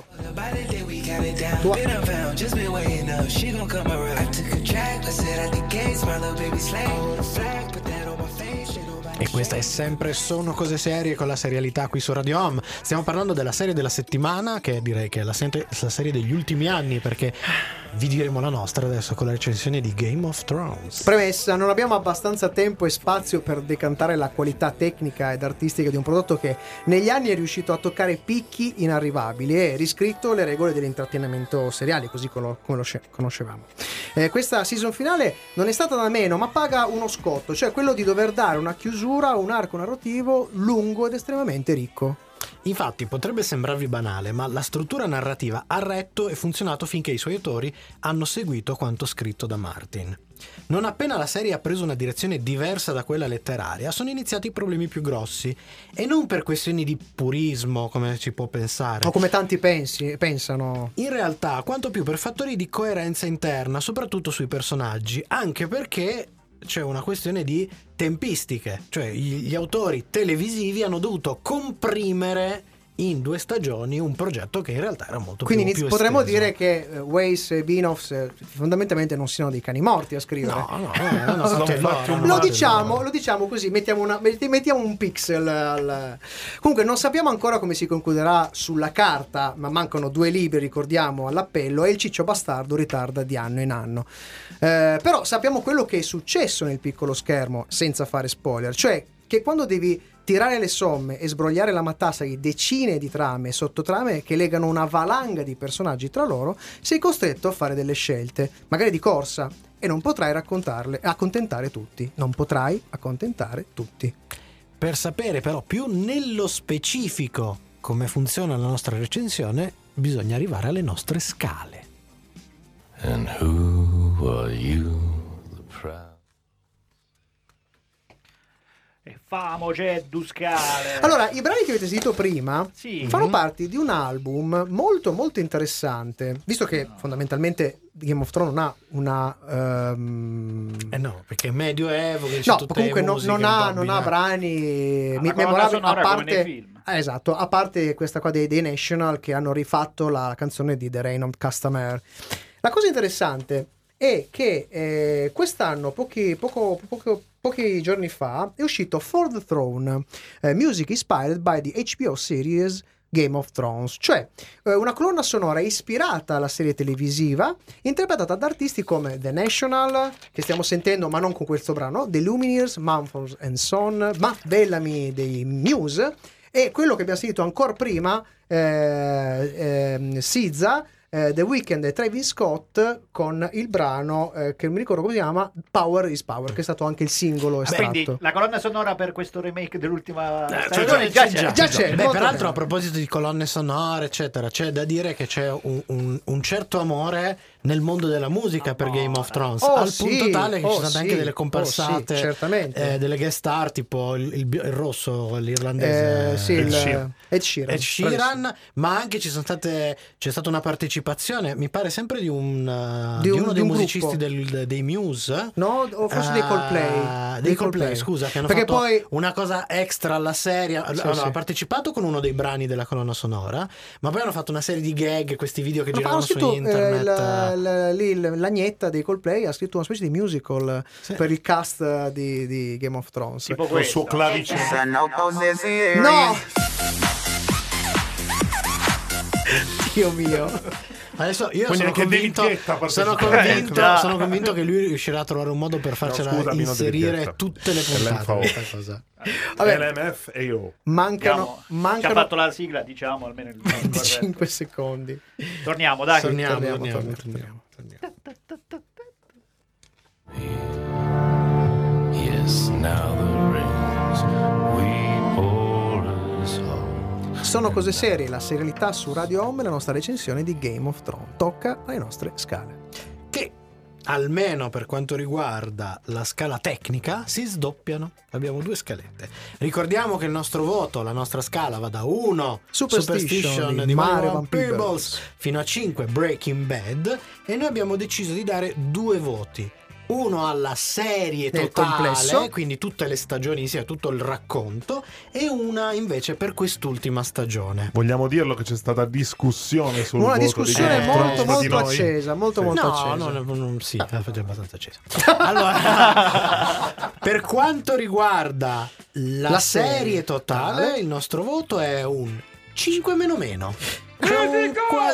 E questa è sempre Sono Cose Serie con la serialità qui su Radio Home. Stiamo parlando della serie della settimana, che direi che è la serie degli ultimi anni, perché vi diremo la nostra adesso con la recensione di Game of Thrones. Premessa, non abbiamo abbastanza tempo e spazio per decantare la qualità tecnica ed artistica di un prodotto che negli anni è riuscito a toccare picchi inarrivabili e riscritto le regole dell'intrattenimento seriale, così come lo conoscevamo. Questa season finale non è stata da meno, ma paga uno scotto, cioè quello di dover dare una chiusura a un arco narrativo lungo ed estremamente ricco. Infatti potrebbe sembrarvi banale, ma la struttura narrativa ha retto e funzionato finché i suoi autori hanno seguito quanto scritto da Martin. Non appena la serie ha preso una direzione diversa da quella letteraria, sono iniziati i problemi più grossi, e non per questioni di purismo, come si può pensare, O come tanti pensano. in realtà quanto più per fattori di coerenza interna, soprattutto sui personaggi, anche perché c'è una questione di tempistiche, cioè gli autori televisivi hanno dovuto comprimere in 2 stagioni un progetto che in realtà era molto Quindi più potremmo esteso. dire che Weiss e Binoff fondamentalmente non siano dei cani morti a scrivere. No, Sono fatti un Lo diciamo così, mettiamo un pixel Comunque non sappiamo ancora come si concluderà sulla carta, ma mancano 2 libri, ricordiamo, all'appello, e il ciccio bastardo ritarda di anno in anno. Però sappiamo quello che è successo nel piccolo schermo, senza fare spoiler, cioè che quando devi tirare le somme e sbrogliare la matassa di decine di trame e sottotrame che legano una valanga di personaggi tra loro, sei costretto a fare delle scelte, magari di corsa, e non potrai accontentare tutti. Non potrai accontentare tutti. Per sapere però più nello specifico come funziona la nostra recensione, bisogna arrivare alle nostre scale. And who are you, the proud? E famo c'è Duscale. Allora, i brani che avete sentito prima Sì. fanno parte di un album molto molto interessante, visto che fondamentalmente Game of Thrones non ha una No, perché è medioevo, che c'è no, tutte comunque le musiche non un ha po' abbinate. brani colonna memorabili, sonora a come nei parte film. esatto, a parte questa qua dei National, che hanno rifatto la canzone di The Reign of Castamere. La cosa interessante è che quest'anno, pochi giorni fa, è uscito For the Throne, music inspired by the HBO series Game of Thrones, cioè una colonna sonora ispirata alla serie televisiva, interpretata da artisti come The National, che stiamo sentendo ma non con questo brano, The Lumineers, Mumford & Son, Matt Bellamy dei Muse, e quello che abbiamo sentito ancora prima, SZA, The Weeknd e Travis Scott, con il brano che non mi ricordo come si chiama, Power is Power, che è stato anche il singolo estratto. Quindi la colonna sonora per questo remake dell'ultima Cioè, stagione già c'è. Beh, molto peraltro bene. a proposito di colonne sonore eccetera, c'è da dire che c'è un certo amore nel mondo della musica per Game of Thrones, al punto tale che ci sono anche delle comparsate, certamente. delle guest star, tipo il rosso, l'irlandese Sì, Ed Sheeran. Ed Sheeran. Ed Sheeran, ma anche c'è stata una partecipazione partecipazione, mi pare sempre di uno Di dei un musicisti gruppo. dei Muse. No, o forse dei Coldplay. Dei Coldplay, scusa, che hanno Perché fatto poi una cosa extra alla serie. Ha partecipato con uno dei brani della colonna sonora, ma poi hanno fatto una serie di gag, questi video che giravano su internet. L'agnetta dei Coldplay ha scritto una specie di musical per il cast di Game of Thrones. Tipo Col suo clavice. No! Dio mio. Adesso io Quindi sono anche convinto, David Guetta sono convinto che lui riuscirà a trovare un modo per farcela scusami, non David inserire Guetta. tutte le puntate questa cosa. Vabbè, LMFAO. mancano Ci ha fatto la sigla, diciamo, almeno il 5 secondi. Torniamo, dai. Torniamo. Yes, now the rings we pour us all. Sono cose serie, la serialità su Radio Home e la nostra recensione di Game of Thrones. Tocca alle nostre scale. Che almeno per quanto riguarda la scala tecnica si sdoppiano. Abbiamo 2 scalette. Ricordiamo che il nostro voto, la nostra scala va da 1 Superstition di Mario Van Van Peebles fino a 5 Breaking Bad, e noi abbiamo deciso di dare 2 voti. Uno alla serie Nel totale, complesso. quindi tutte le stagioni insieme, tutto il racconto, e una invece per quest'ultima stagione. Vogliamo dirlo che c'è stata discussione sul Una voto discussione di molto Game of molto Thrones. accesa, molto accesa. No, sì, è abbastanza accesa. Allora, per quanto riguarda la serie totale, il nostro voto è un 5 meno meno. Cioè un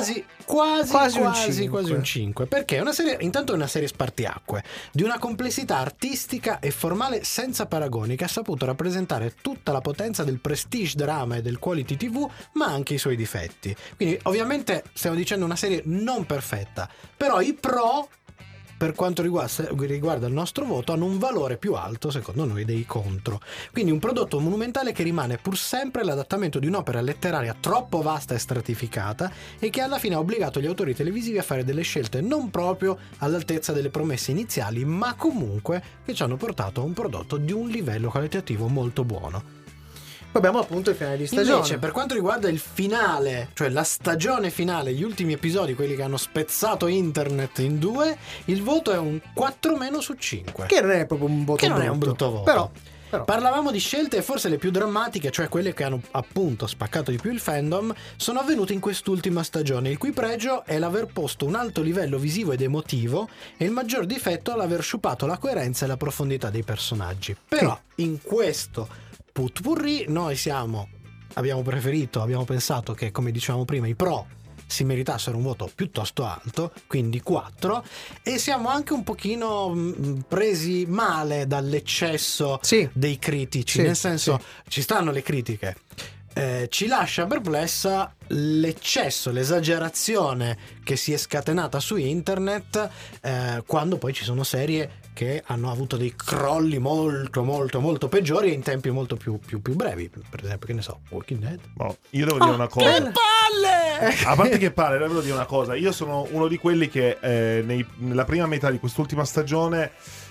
quasi un 5. Perché è una serie, intanto è una serie spartiacque di una complessità artistica e formale senza paragoni, che ha saputo rappresentare tutta la potenza del prestige drama e del quality TV, ma anche i suoi difetti. Quindi ovviamente stiamo dicendo una serie non perfetta, però i pro, per quanto riguarda il nostro voto, hanno un valore più alto secondo noi dei contro. Quindi un prodotto monumentale che rimane pur sempre l'adattamento di un'opera letteraria troppo vasta e stratificata, e che alla fine ha obbligato gli autori televisivi a fare delle scelte non proprio all'altezza delle promesse iniziali, ma comunque che ci hanno portato a un prodotto di un livello qualitativo molto buono. Poi abbiamo appunto il finale di stagione. Invece, per quanto riguarda il finale, cioè la stagione finale, gli ultimi episodi, quelli che hanno spezzato internet in 2, il voto è un 4 meno su 5. Che non è proprio un voto Che non brutto. è un brutto voto. Però. Parlavamo di scelte, forse le più drammatiche, cioè quelle che hanno appunto spaccato di più il fandom, sono avvenute in quest'ultima stagione, il cui pregio è l'aver posto un alto livello visivo ed emotivo, e il maggior difetto l'aver sciupato la coerenza e la profondità dei personaggi. Però in questo putpurri noi abbiamo pensato che, come dicevamo prima, i pro si meritassero un voto piuttosto alto, quindi 4, e siamo anche un pochino presi male dall'eccesso dei critici, nel senso ci stanno le critiche, ci lascia perplessa l'eccesso, l'esagerazione che si è scatenata su internet quando poi ci sono serie che hanno avuto dei crolli molto peggiori e in tempi molto più brevi. Per esempio, che ne so, Walking Dead. Io devo dire una cosa. Che palle! A parte che palle, devo dire una cosa. Io sono uno di quelli che nella prima metà di quest'ultima stagione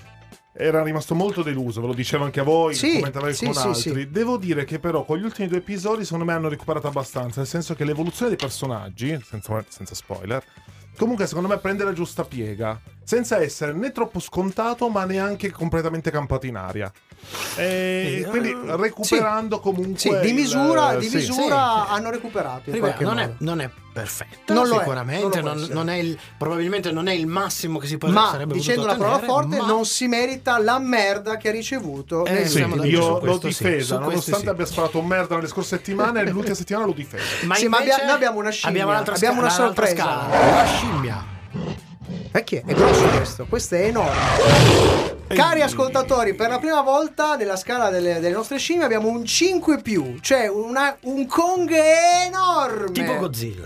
era rimasto molto deluso, ve lo dicevo anche a voi, commentavate con altri. Devo dire che però con gli ultimi 2 episodi secondo me hanno recuperato abbastanza, nel senso che l'evoluzione dei personaggi, senza spoiler, comunque secondo me prende la giusta piega, senza essere né troppo scontato ma neanche completamente campato in aria. E quindi recuperando comunque di misura hanno recuperato in qualche modo. Non è perfetta, sicuramente probabilmente non è il massimo che si sarebbe dicendo potuto una parola ottenere, forte, non si merita la merda che ha ricevuto. Io l'ho difesa, nonostante abbia sparato merda nelle scorse settimane, l'ultima settimana l'ho difesa. Ma noi abbiamo una scimmia, abbiamo una sorpresa, la scimmia. È grosso questo è enorme. Cari ascoltatori, per la prima volta nella scala delle nostre scimmie abbiamo un 5+, cioè un Kong enorme, tipo Godzilla.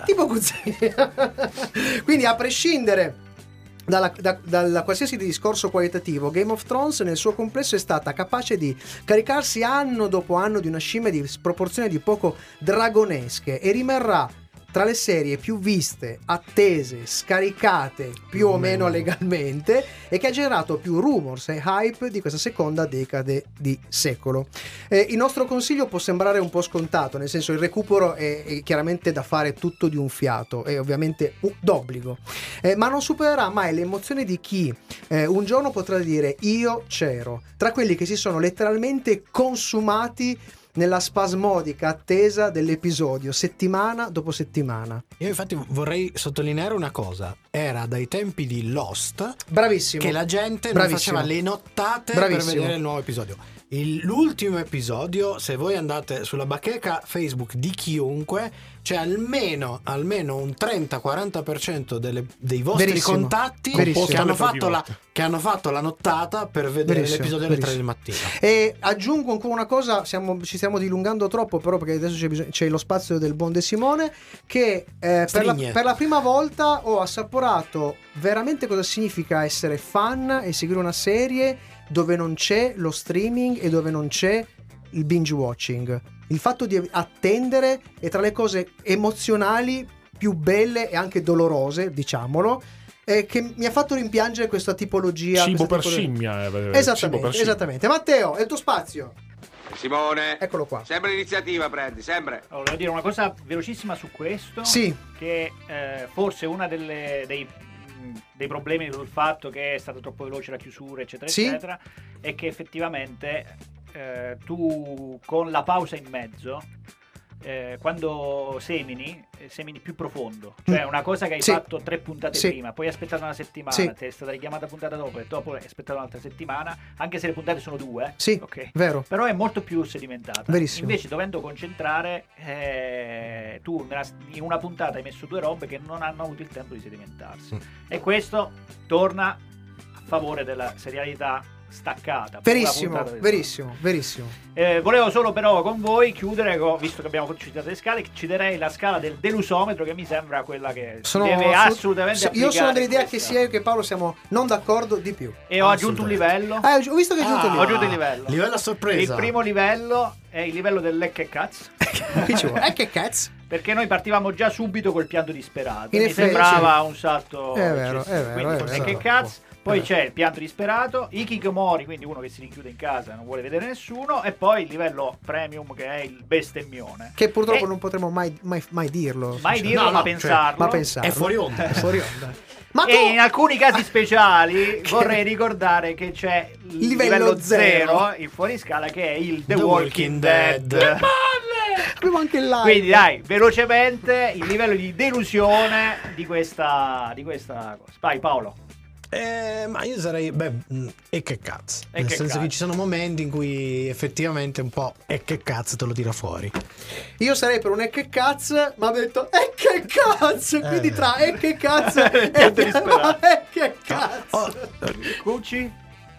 Quindi a prescindere dalla qualsiasi discorso qualitativo, Game of Thrones nel suo complesso è stata capace di caricarsi anno dopo anno di una scimmia di proporzioni di poco dragonesche, e rimarrà tra le serie più viste, attese, scaricate più o meno legalmente e che ha generato più rumors e hype di questa seconda decade di secolo. Il nostro consiglio può sembrare un po' scontato, nel senso il recupero è chiaramente da fare tutto di un fiato e ovviamente d'obbligo, ma non supererà mai l'emozione di chi un giorno potrà dire io c'ero, tra quelli che si sono letteralmente consumati nella spasmodica attesa dell'episodio settimana dopo settimana. Io infatti vorrei sottolineare una cosa: era dai tempi di Lost, bravissimo, che la gente non faceva le nottate per vedere il nuovo episodio. L'ultimo episodio, se voi andate sulla bacheca Facebook di chiunque, c'è almeno un 30-40% dei vostri contatti che hanno fatto la nottata per vedere l'episodio alle 3 del mattino. E aggiungo ancora una cosa, ci stiamo dilungando troppo, però perché adesso c'è lo spazio del buon De Simone, che per la prima volta ho assaporato veramente cosa significa essere fan e seguire una serie dove non c'è lo streaming e dove non c'è il binge watching. Il fatto di attendere è tra le cose emozionali più belle e anche dolorose, diciamolo, che mi ha fatto rimpiangere questa tipologia. Cibo per scimmia. Esattamente. Matteo, è il tuo spazio. Simone, eccolo qua. Sempre l'iniziativa prendi, sempre. Volevo dire una cosa velocissima su questo. Sì. Che forse una dei problemi del fatto che è stata troppo veloce la chiusura, eccetera, eccetera, è che effettivamente tu con la pausa in mezzo, quando semini più profondo, cioè una cosa che hai fatto 3 puntate prima, poi hai aspettato una settimana, ti è stata richiamata puntata dopo e dopo hai aspettato un'altra settimana, anche se le puntate sono 2, okay, vero, però è molto più sedimentata. Verissimo. Invece dovendo concentrare, tu in una puntata hai messo 2 robe che non hanno avuto il tempo di sedimentarsi, e questo torna a favore della serialità staccata. Verissimo. Volevo solo però con voi chiudere, visto che abbiamo citato le scale, ci darei la scala del delusometro, che mi sembra quella che deve assolutamente applicare. Io sono dell'idea che sia io che Paolo siamo non d'accordo di più. E ho aggiunto un livello. Ho visto che hai aggiunto un livello. Ho aggiunto il livello. Livello a sorpresa. Il primo livello è il livello del lecche cazzo. Che cazzo? Perché noi partivamo già subito col pianto disperato. Mi sembrava un salto. È vero. Che cazzo? Poi c'è il pianto disperato, Ikikomori, quindi uno che si rinchiude in casa, non vuole vedere nessuno, e poi il livello premium che è il bestemmione. Che purtroppo non potremo mai dirlo. Ma pensarlo. È fuori onda. E in alcuni casi speciali vorrei ricordare che c'è il livello 0 in fuoriscala, che è il The Walking Dead. Avevo anche il live. Quindi dai, velocemente il livello di delusione di questa cosa. Vai Paolo. Ma io sarei e che cazzo, nel senso che ci sono momenti in cui effettivamente un po' e che cazzo te lo tira fuori. Io sarei per un e che cazzo, ma ho detto e che cazzo, quindi tra e che cazzo e che cazzo. Cucci?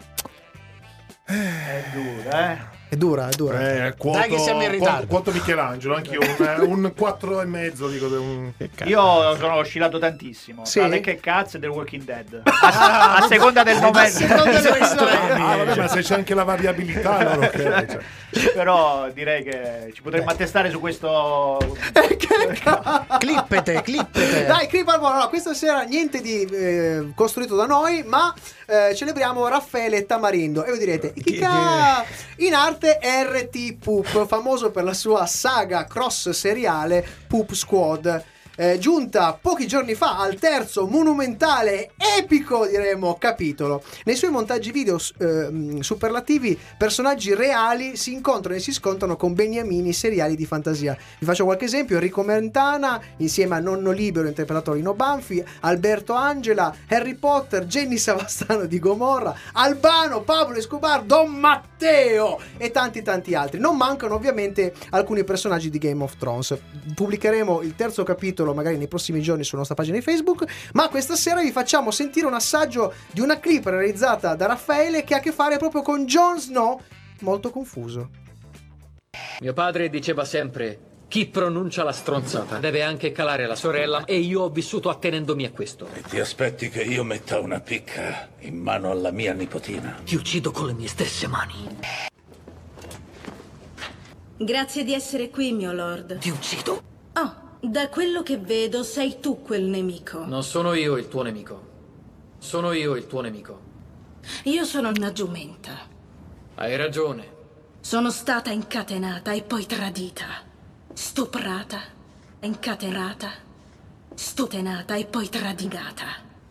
È dura, È dura. Dai che siamo in ritardo. Quanto Michelangelo, anche io un 4,5 dico. Io sono oscillato tantissimo. Tra che cazzo e del Walking Dead. A seconda del momento. Ma se c'è anche la variabilità, allora okay, però direi che ci potremmo attestare su questo. Clippete. Dai, allora, questa sera niente di costruito da noi, ma celebriamo Raffaele Tamarindo. E voi direte, in arte RT Poop, famoso per la sua saga cross seriale Poop Squad, giunta pochi giorni fa al terzo monumentale, epico diremo, capitolo. Nei suoi montaggi video superlativi, personaggi reali si incontrano e si scontrano con beniamini seriali di fantasia. Vi faccio qualche esempio: Enrico Mentana insieme a Nonno Libero, interpretato da Lino Banfi, Alberto Angela, Harry Potter, Jenny Savastano di Gomorra, Albano, Pablo Escobar, Don Matteo e tanti altri. Non mancano ovviamente alcuni personaggi di Game of Thrones. Pubblicheremo il terzo capitolo magari nei prossimi giorni sulla nostra pagina di Facebook, ma questa sera vi facciamo sentire un assaggio di una clip realizzata da Raffaele che ha a che fare proprio con Jon Snow, molto confuso. Mio padre diceva sempre: chi pronuncia la stronzata deve anche calare la sorella, e io ho vissuto attenendomi a questo. E ti aspetti che io metta una picca in mano alla mia nipotina? Ti uccido con le mie stesse mani. Grazie di essere qui, mio lord. Ti uccido? Oh, Da quello che vedo, sei tu quel nemico. Non sono io il tuo nemico. Sono io il tuo nemico. Io sono una giumenta. Hai ragione. Sono stata incatenata e poi tradita. Stuprata, incatenata, stutenata e poi tradita.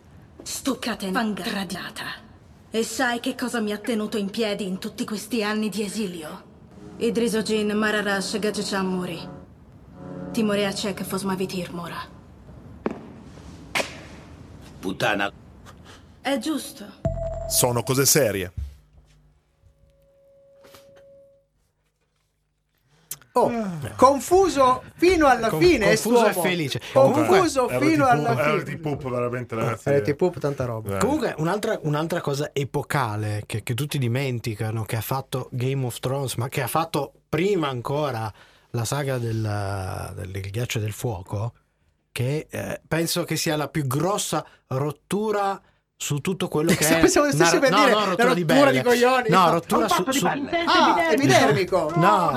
Tradita. E sai che cosa mi ha tenuto in piedi in tutti questi anni di esilio? Idrisogin Mararash Gachecham Muri. Timorea Cech Fosmavitir Mora. Puttana. È giusto. Sono cose serie. Confuso fino alla fine. Confuso e felice. Confuso fino alla fine. RT Poop, veramente, ragazzi. RT Poop, tanta roba. Comunque, un'altra cosa epocale che tutti dimenticano, che ha fatto Game of Thrones, ma che ha fatto prima ancora la saga del ghiaccio e del fuoco, che penso che sia la più grossa rottura su tutto quello che è pensavo stessi per dire rottura di coglioni. No, rottura su epidermico. No.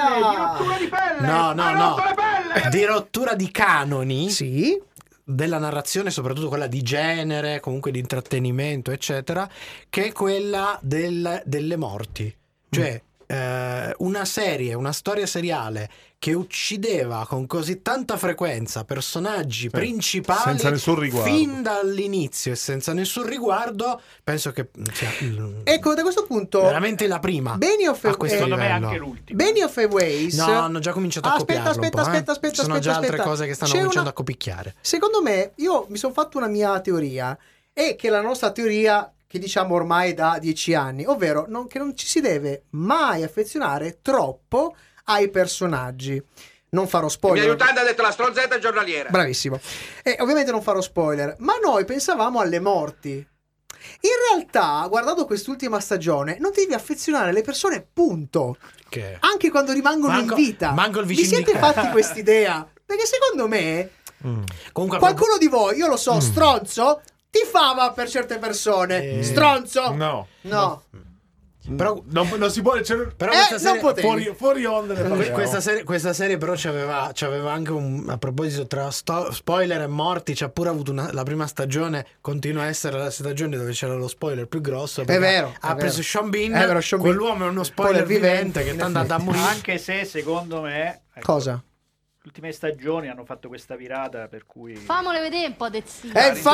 Di pelle. No. Di rottura di canoni. Sì. Della narrazione, soprattutto quella di genere, comunque di intrattenimento, eccetera, che è quella delle morti. Cioè una storia seriale che uccideva con così tanta frequenza personaggi principali senza nessun riguardo, fin dall'inizio e senza nessun riguardo, penso che ecco, da questo punto veramente la prima a questo secondo livello. me anche l'ultima. Benny of a Ways. No, hanno già cominciato a copiarlo aspetta, sono già altre cose che stanno cominciando a copicchiare. Secondo me, io mi sono fatto una mia teoria, e che la nostra teoria che diciamo ormai da 10 anni, ovvero che non ci si deve mai affezionare troppo ai personaggi. Non farò spoiler. Il mio aiutante ha detto la stronzetta giornaliera. Bravissimo. E ovviamente non farò spoiler, ma noi pensavamo alle morti. In realtà, guardando quest'ultima stagione, non ti devi affezionare alle persone, punto. Che? Anche quando rimangono in vita. Vi siete fatti quest'idea? Perché secondo me Comunque, qualcuno di voi, io lo so, stronzo, tifava per certe persone. Stronzo. No. Però non si può, però fuori onda questa serie però c'aveva anche a proposito tra spoiler e morti, c'ha pure avuto la prima stagione, continua a essere la stagione dove c'era lo spoiler più grosso, è vero, ha preso Sean Bean, quell'uomo è uno spoiler vivente che tanto da morire, anche se secondo me cosa? Le ultime stagioni hanno fatto questa virata per cui famole vedere un po' dezzino.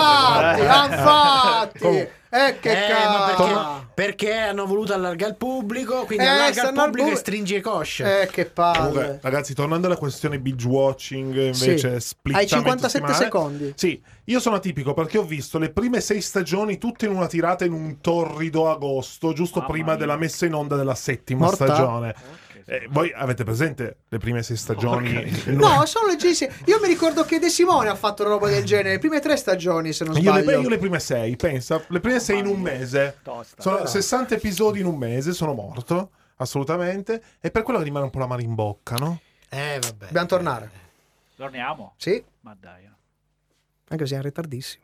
Infatti che perché hanno voluto allargare il pubblico, quindi allarga il pubblico e stringe le cosce. Che palle. Comunque, ragazzi, tornando alla questione binge watching, invece hai 57 secondi. Sì, io sono atipico perché ho visto le prime 6 stagioni tutte in una tirata in un torrido agosto, giusto prima della messa in onda della 7ª stagione. Voi avete presente le prime 6 stagioni? No, sono leggissime. Io mi ricordo che De Simone ha fatto una roba del genere, le prime 3 stagioni, se non sbaglio. Io le prime 6, pensa, le prime 6 in un mese. Sono 60 episodi in un mese, sono morto, assolutamente. E per quello rimane un po' la mano in bocca, no? Vabbè. Dobbiamo tornare. Torniamo? Sì. Ma dai. Anche se siamo in ritardissimo.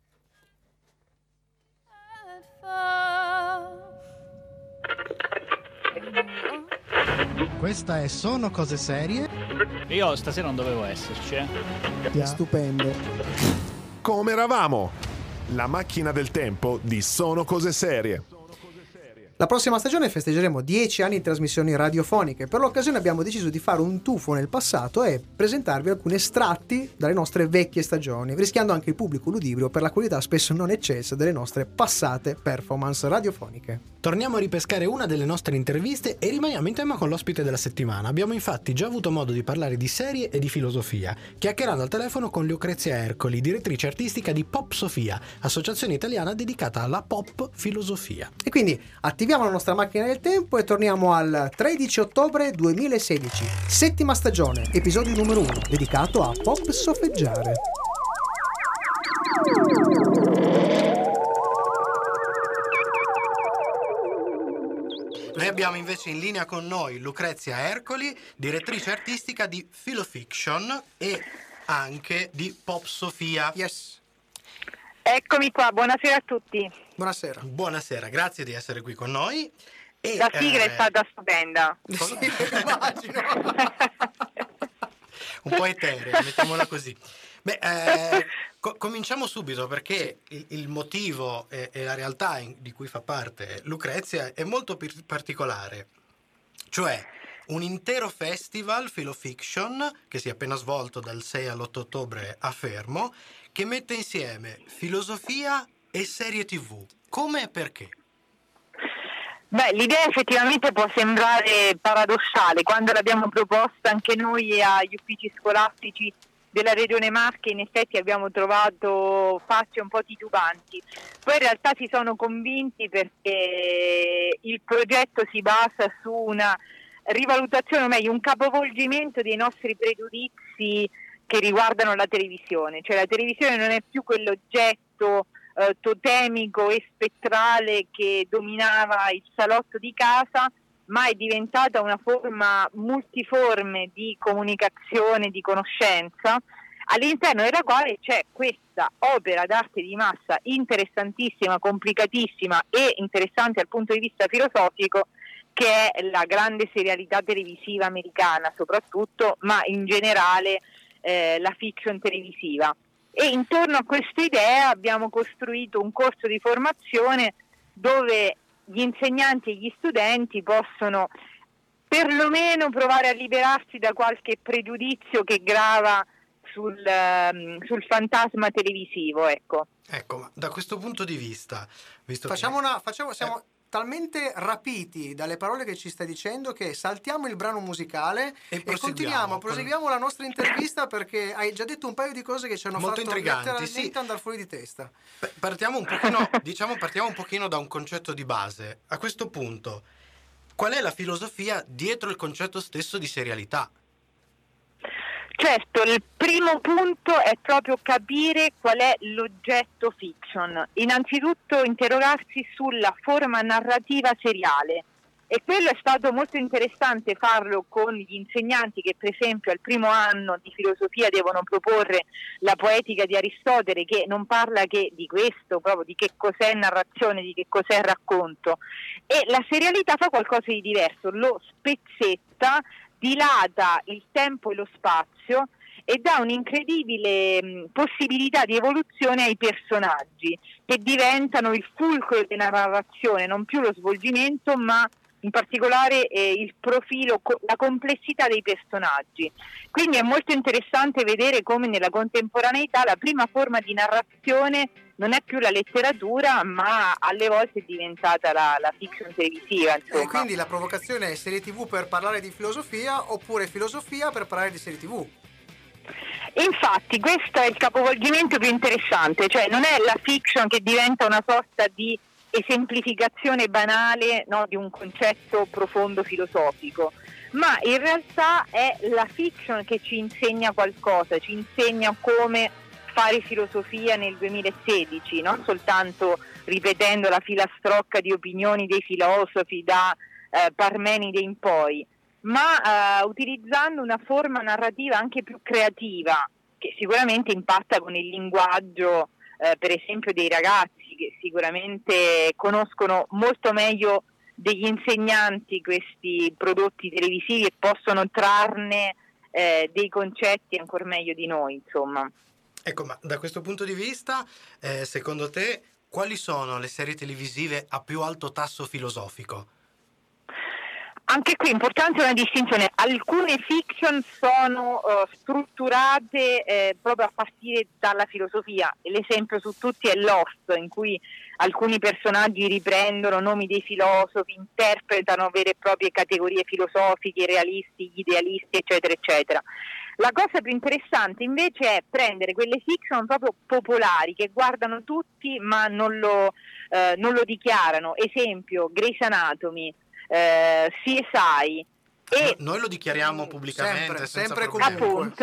Questa è Sono Cose Serie. Io stasera non dovevo esserci, Stupendo. Come eravamo? La macchina del tempo di Sono Cose Serie. La prossima stagione festeggeremo 10 anni di trasmissioni radiofoniche. Per l'occasione abbiamo deciso di fare un tuffo nel passato e presentarvi alcuni estratti dalle nostre vecchie stagioni, rischiando anche il pubblico ludibrio per la qualità spesso non eccessa delle nostre passate performance radiofoniche. Torniamo a ripescare una delle nostre interviste e rimaniamo in tema con l'ospite della settimana. Abbiamo infatti già avuto modo di parlare di serie e di filosofia, chiacchierando al telefono con Lucrezia Ercoli, direttrice artistica di Pop Sofia, associazione italiana dedicata alla pop filosofia. E quindi attiviamo la nostra macchina del tempo e torniamo al 13 ottobre 2016, 7ª stagione, episodio numero 1, dedicato a pop soffeggiare. Noi abbiamo invece in linea con noi Lucrezia Ercoli, direttrice artistica di Filofiction e anche di Pop Sofia. Yes. Eccomi qua, buonasera a tutti. Buonasera. Buonasera, grazie di essere qui con noi. La sigla è stata stupenda. Sì, immagino. un po' eterea, mettiamola così. Beh, cominciamo subito, perché il motivo e la realtà di cui fa parte Lucrezia è molto particolare. Cioè, un intero festival Filofiction che si è appena svolto dal 6 all'8 ottobre a Fermo, che mette insieme filosofia e serie TV. Come e perché? Beh, l'idea effettivamente può sembrare paradossale. Quando l'abbiamo proposta anche noi agli uffici scolastici della Regione Marche, in effetti abbiamo trovato facce un po' titubanti. Poi in realtà si sono convinti, perché il progetto si basa su una rivalutazione, o meglio un capovolgimento dei nostri pregiudizi che riguardano la televisione. Cioè, la televisione non è più quell'oggetto totemico e spettrale che dominava il salotto di casa, ma è diventata una forma multiforme di comunicazione, di conoscenza, all'interno della quale c'è questa opera d'arte di massa interessantissima, complicatissima e interessante dal punto di vista filosofico, che è la grande serialità televisiva americana soprattutto, ma in generale la fiction televisiva. E intorno a questa idea abbiamo costruito un corso di formazione dove gli insegnanti e gli studenti possono perlomeno provare a liberarsi da qualche pregiudizio che grava sul fantasma televisivo, ecco. Ecco, ma da questo punto di vista, visto siamo talmente rapiti dalle parole che ci stai dicendo che saltiamo il brano musicale e proseguiamo la nostra intervista, perché hai già detto un paio di cose che ci hanno molto fatto letteralmente andare fuori di testa. Partiamo un pochino da un concetto di base. A questo punto, qual è la filosofia dietro il concetto stesso di serialità? Certo, il primo punto è proprio capire qual è l'oggetto fiction. Innanzitutto interrogarsi sulla forma narrativa seriale, e quello è stato molto interessante farlo con gli insegnanti che per esempio al primo anno di filosofia devono proporre la poetica di Aristotele, che non parla che di questo, proprio di che cos'è narrazione, di che cos'è racconto, e la serialità fa qualcosa di diverso, lo spezzetta, dilata il tempo e lo spazio e dà un'incredibile possibilità di evoluzione ai personaggi, che diventano il fulcro della narrazione, non più lo svolgimento, ma in particolare il profilo, la complessità dei personaggi. Quindi è molto interessante vedere come nella contemporaneità la prima forma di narrazione non è più la letteratura, ma alle volte è diventata la fiction televisiva, insomma. E quindi la provocazione è serie TV per parlare di filosofia, oppure filosofia per parlare di serie TV? Infatti questo è il capovolgimento più interessante, cioè non è la fiction che diventa una sorta di esemplificazione banale, no, di un concetto profondo filosofico, ma in realtà è la fiction che ci insegna qualcosa, ci insegna come fare filosofia nel 2016, non soltanto ripetendo la filastrocca di opinioni dei filosofi da Parmenide in poi, ma utilizzando una forma narrativa anche più creativa, che sicuramente impatta con il linguaggio per esempio dei ragazzi, che sicuramente conoscono molto meglio degli insegnanti questi prodotti televisivi e possono trarne dei concetti ancora meglio di noi, insomma. Ecco, ma da questo punto di vista, secondo te, quali sono le serie televisive a più alto tasso filosofico? Anche qui è importante una distinzione. Alcune fiction sono strutturate proprio a partire dalla filosofia. L'esempio su tutti è Lost, in cui alcuni personaggi riprendono nomi dei filosofi, interpretano vere e proprie categorie filosofiche, i realisti, gli idealisti, eccetera, eccetera. La cosa più interessante invece è prendere quelle fiction proprio popolari, che guardano tutti ma non lo dichiarano. Esempio, Grey's Anatomy, CSI, e noi lo dichiariamo pubblicamente, sempre appunto.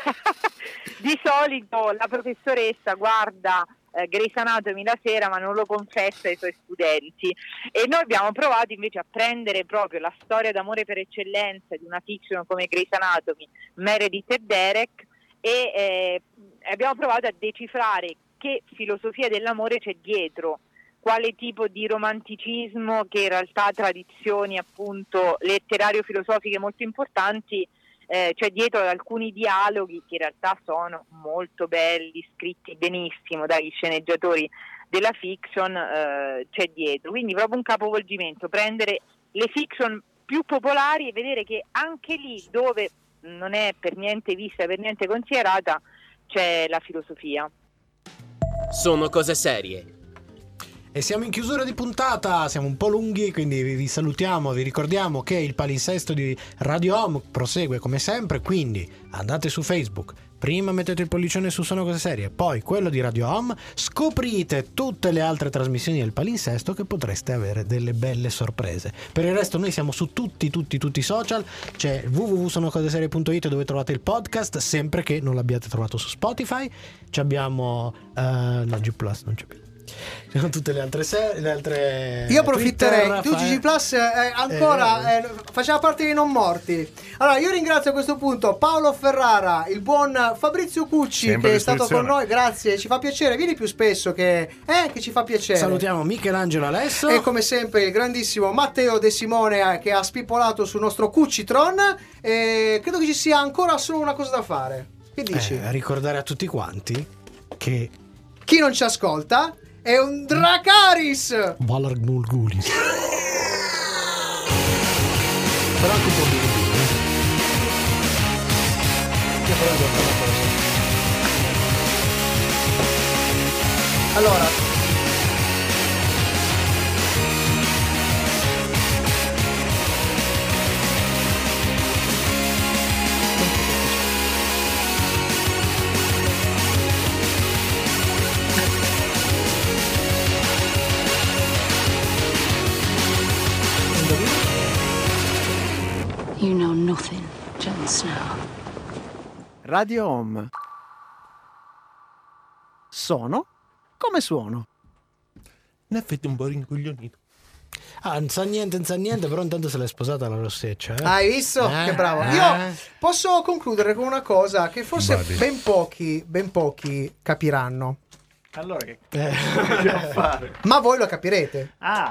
Di solito la professoressa guarda Grey's Anatomy la sera ma non lo confessa ai suoi studenti, e noi abbiamo provato invece a prendere proprio la storia d'amore per eccellenza di una fiction come Grey's Anatomy, Meredith e Derek, e abbiamo provato a decifrare che filosofia dell'amore c'è dietro, quale tipo di romanticismo, che in realtà tradizioni appunto letterario-filosofiche molto importanti c'è dietro alcuni dialoghi che in realtà sono molto belli, scritti benissimo dagli sceneggiatori della fiction, c'è dietro, quindi proprio un capovolgimento, prendere le fiction più popolari e vedere che anche lì dove non è per niente vista, per niente considerata, c'è la filosofia. Sono cose serie. E siamo in chiusura di puntata, siamo un po' lunghi, quindi vi salutiamo, vi ricordiamo che il palinsesto di Radio Home prosegue come sempre, quindi andate su Facebook, prima mettete il pollicione su Sono Cose Serie, poi quello di Radio Home, scoprite tutte le altre trasmissioni del palinsesto che potreste avere delle belle sorprese. Per il resto noi siamo su tutti i social, c'è www.sonocoseserie.it dove trovate il podcast, sempre che non l'abbiate trovato su Spotify, ci abbiamo no, G Plus non c'è più. Ci sono tutte le altre io approfitterei Twitter, tu Gigi Plus ancora faceva parte dei non morti. Allora io ringrazio a questo punto Paolo Ferrara, il buon Fabrizio Cucci, sempre che è stato con noi, grazie, ci fa piacere, vieni più spesso che ci fa piacere. Salutiamo Michelangelo Alesso e come sempre il grandissimo Matteo De Simone che ha spippolato sul nostro Cuccitron, e credo che ci sia ancora solo una cosa da fare. Che dici? Ricordare a tutti quanti che chi non ci ascolta è un Dracarys! Valar Mulgulis. Però anche un po' di io però devo fare una cosa. Allora You know nothing, Jon Snow. Radio Home. Sono come suono. Ne avete un po' rincoglionito. Non sa niente, però intanto se l'è sposata la rosseccia. Hai visto? Che bravo. Io posso concludere con una cosa che forse ben pochi capiranno. Allora che dobbiamo fare? Ma voi lo capirete.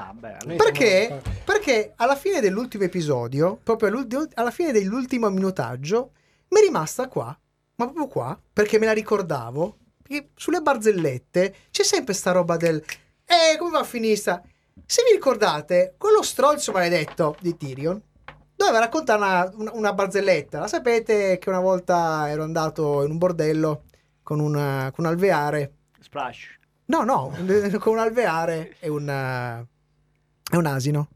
Perché alla fine dell'ultimo episodio, proprio alla fine dell'ultimo minutaggio, mi è rimasta qua, ma proprio qua, perché me la ricordavo, perché sulle barzellette c'è sempre sta roba del come va a finire sta... Se vi ricordate, quello stronzo maledetto di Tyrion doveva raccontare una barzelletta. La sapete che una volta ero andato in un bordello con un alveare. Splash. No, con un alveare e un asino.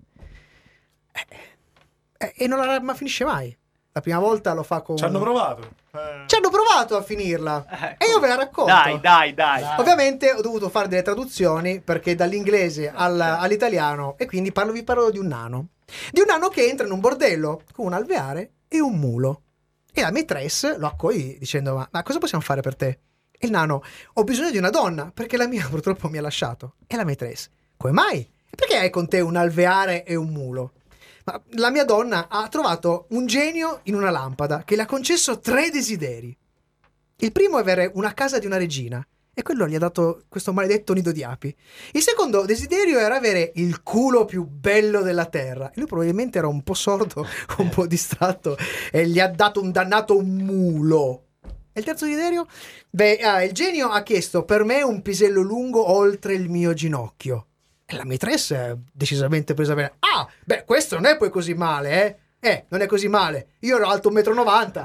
E non ma finisce mai. La prima volta lo fa con... Ci hanno provato a finirla. E io ve la racconto. Dai. Ovviamente ho dovuto fare delle traduzioni perché dall'inglese all'italiano, e quindi vi parlo di un nano. Di un nano che entra in un bordello con un alveare e un mulo. E la maîtresse lo accoglie dicendo ma cosa possiamo fare per te? E il nano: ho bisogno di una donna perché la mia purtroppo mi ha lasciato. E la maîtresse: come mai? E perché hai con te un alveare e un mulo? Ma la mia donna ha trovato un genio in una lampada che le ha concesso 3 desideri. Il primo è avere una casa di una regina, e quello gli ha dato questo maledetto nido di api. Il secondo desiderio era avere il culo più bello della terra, e lui probabilmente era un po' sordo, un po' distratto, e gli ha dato un dannato mulo. E il terzo desiderio? Il genio ha chiesto per me un pisello lungo oltre il mio ginocchio. E la maîtresse è decisamente presa bene. Questo non è poi così male, non è così male. Io ero alto 1,90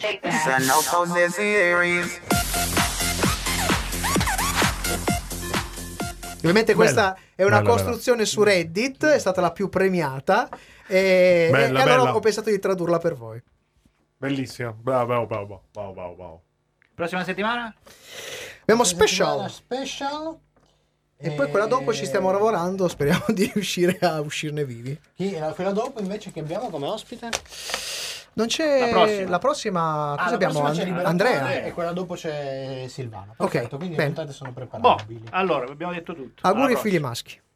m. Ovviamente questa è una costruzione su Reddit, è stata la più premiata, e allora ho pensato di tradurla per voi. Bellissima, bravo. Prossima settimana? Abbiamo special. E poi quella dopo ci stiamo lavorando, speriamo di riuscire a uscirne vivi. Quella dopo invece che abbiamo come ospite? Non c'è la prossima cosa abbiamo? Andrea. E quella dopo c'è Silvano. Perfetto, quindi bene. le puntate sono preparabili. Allora, abbiamo detto tutto. Auguri figli maschi.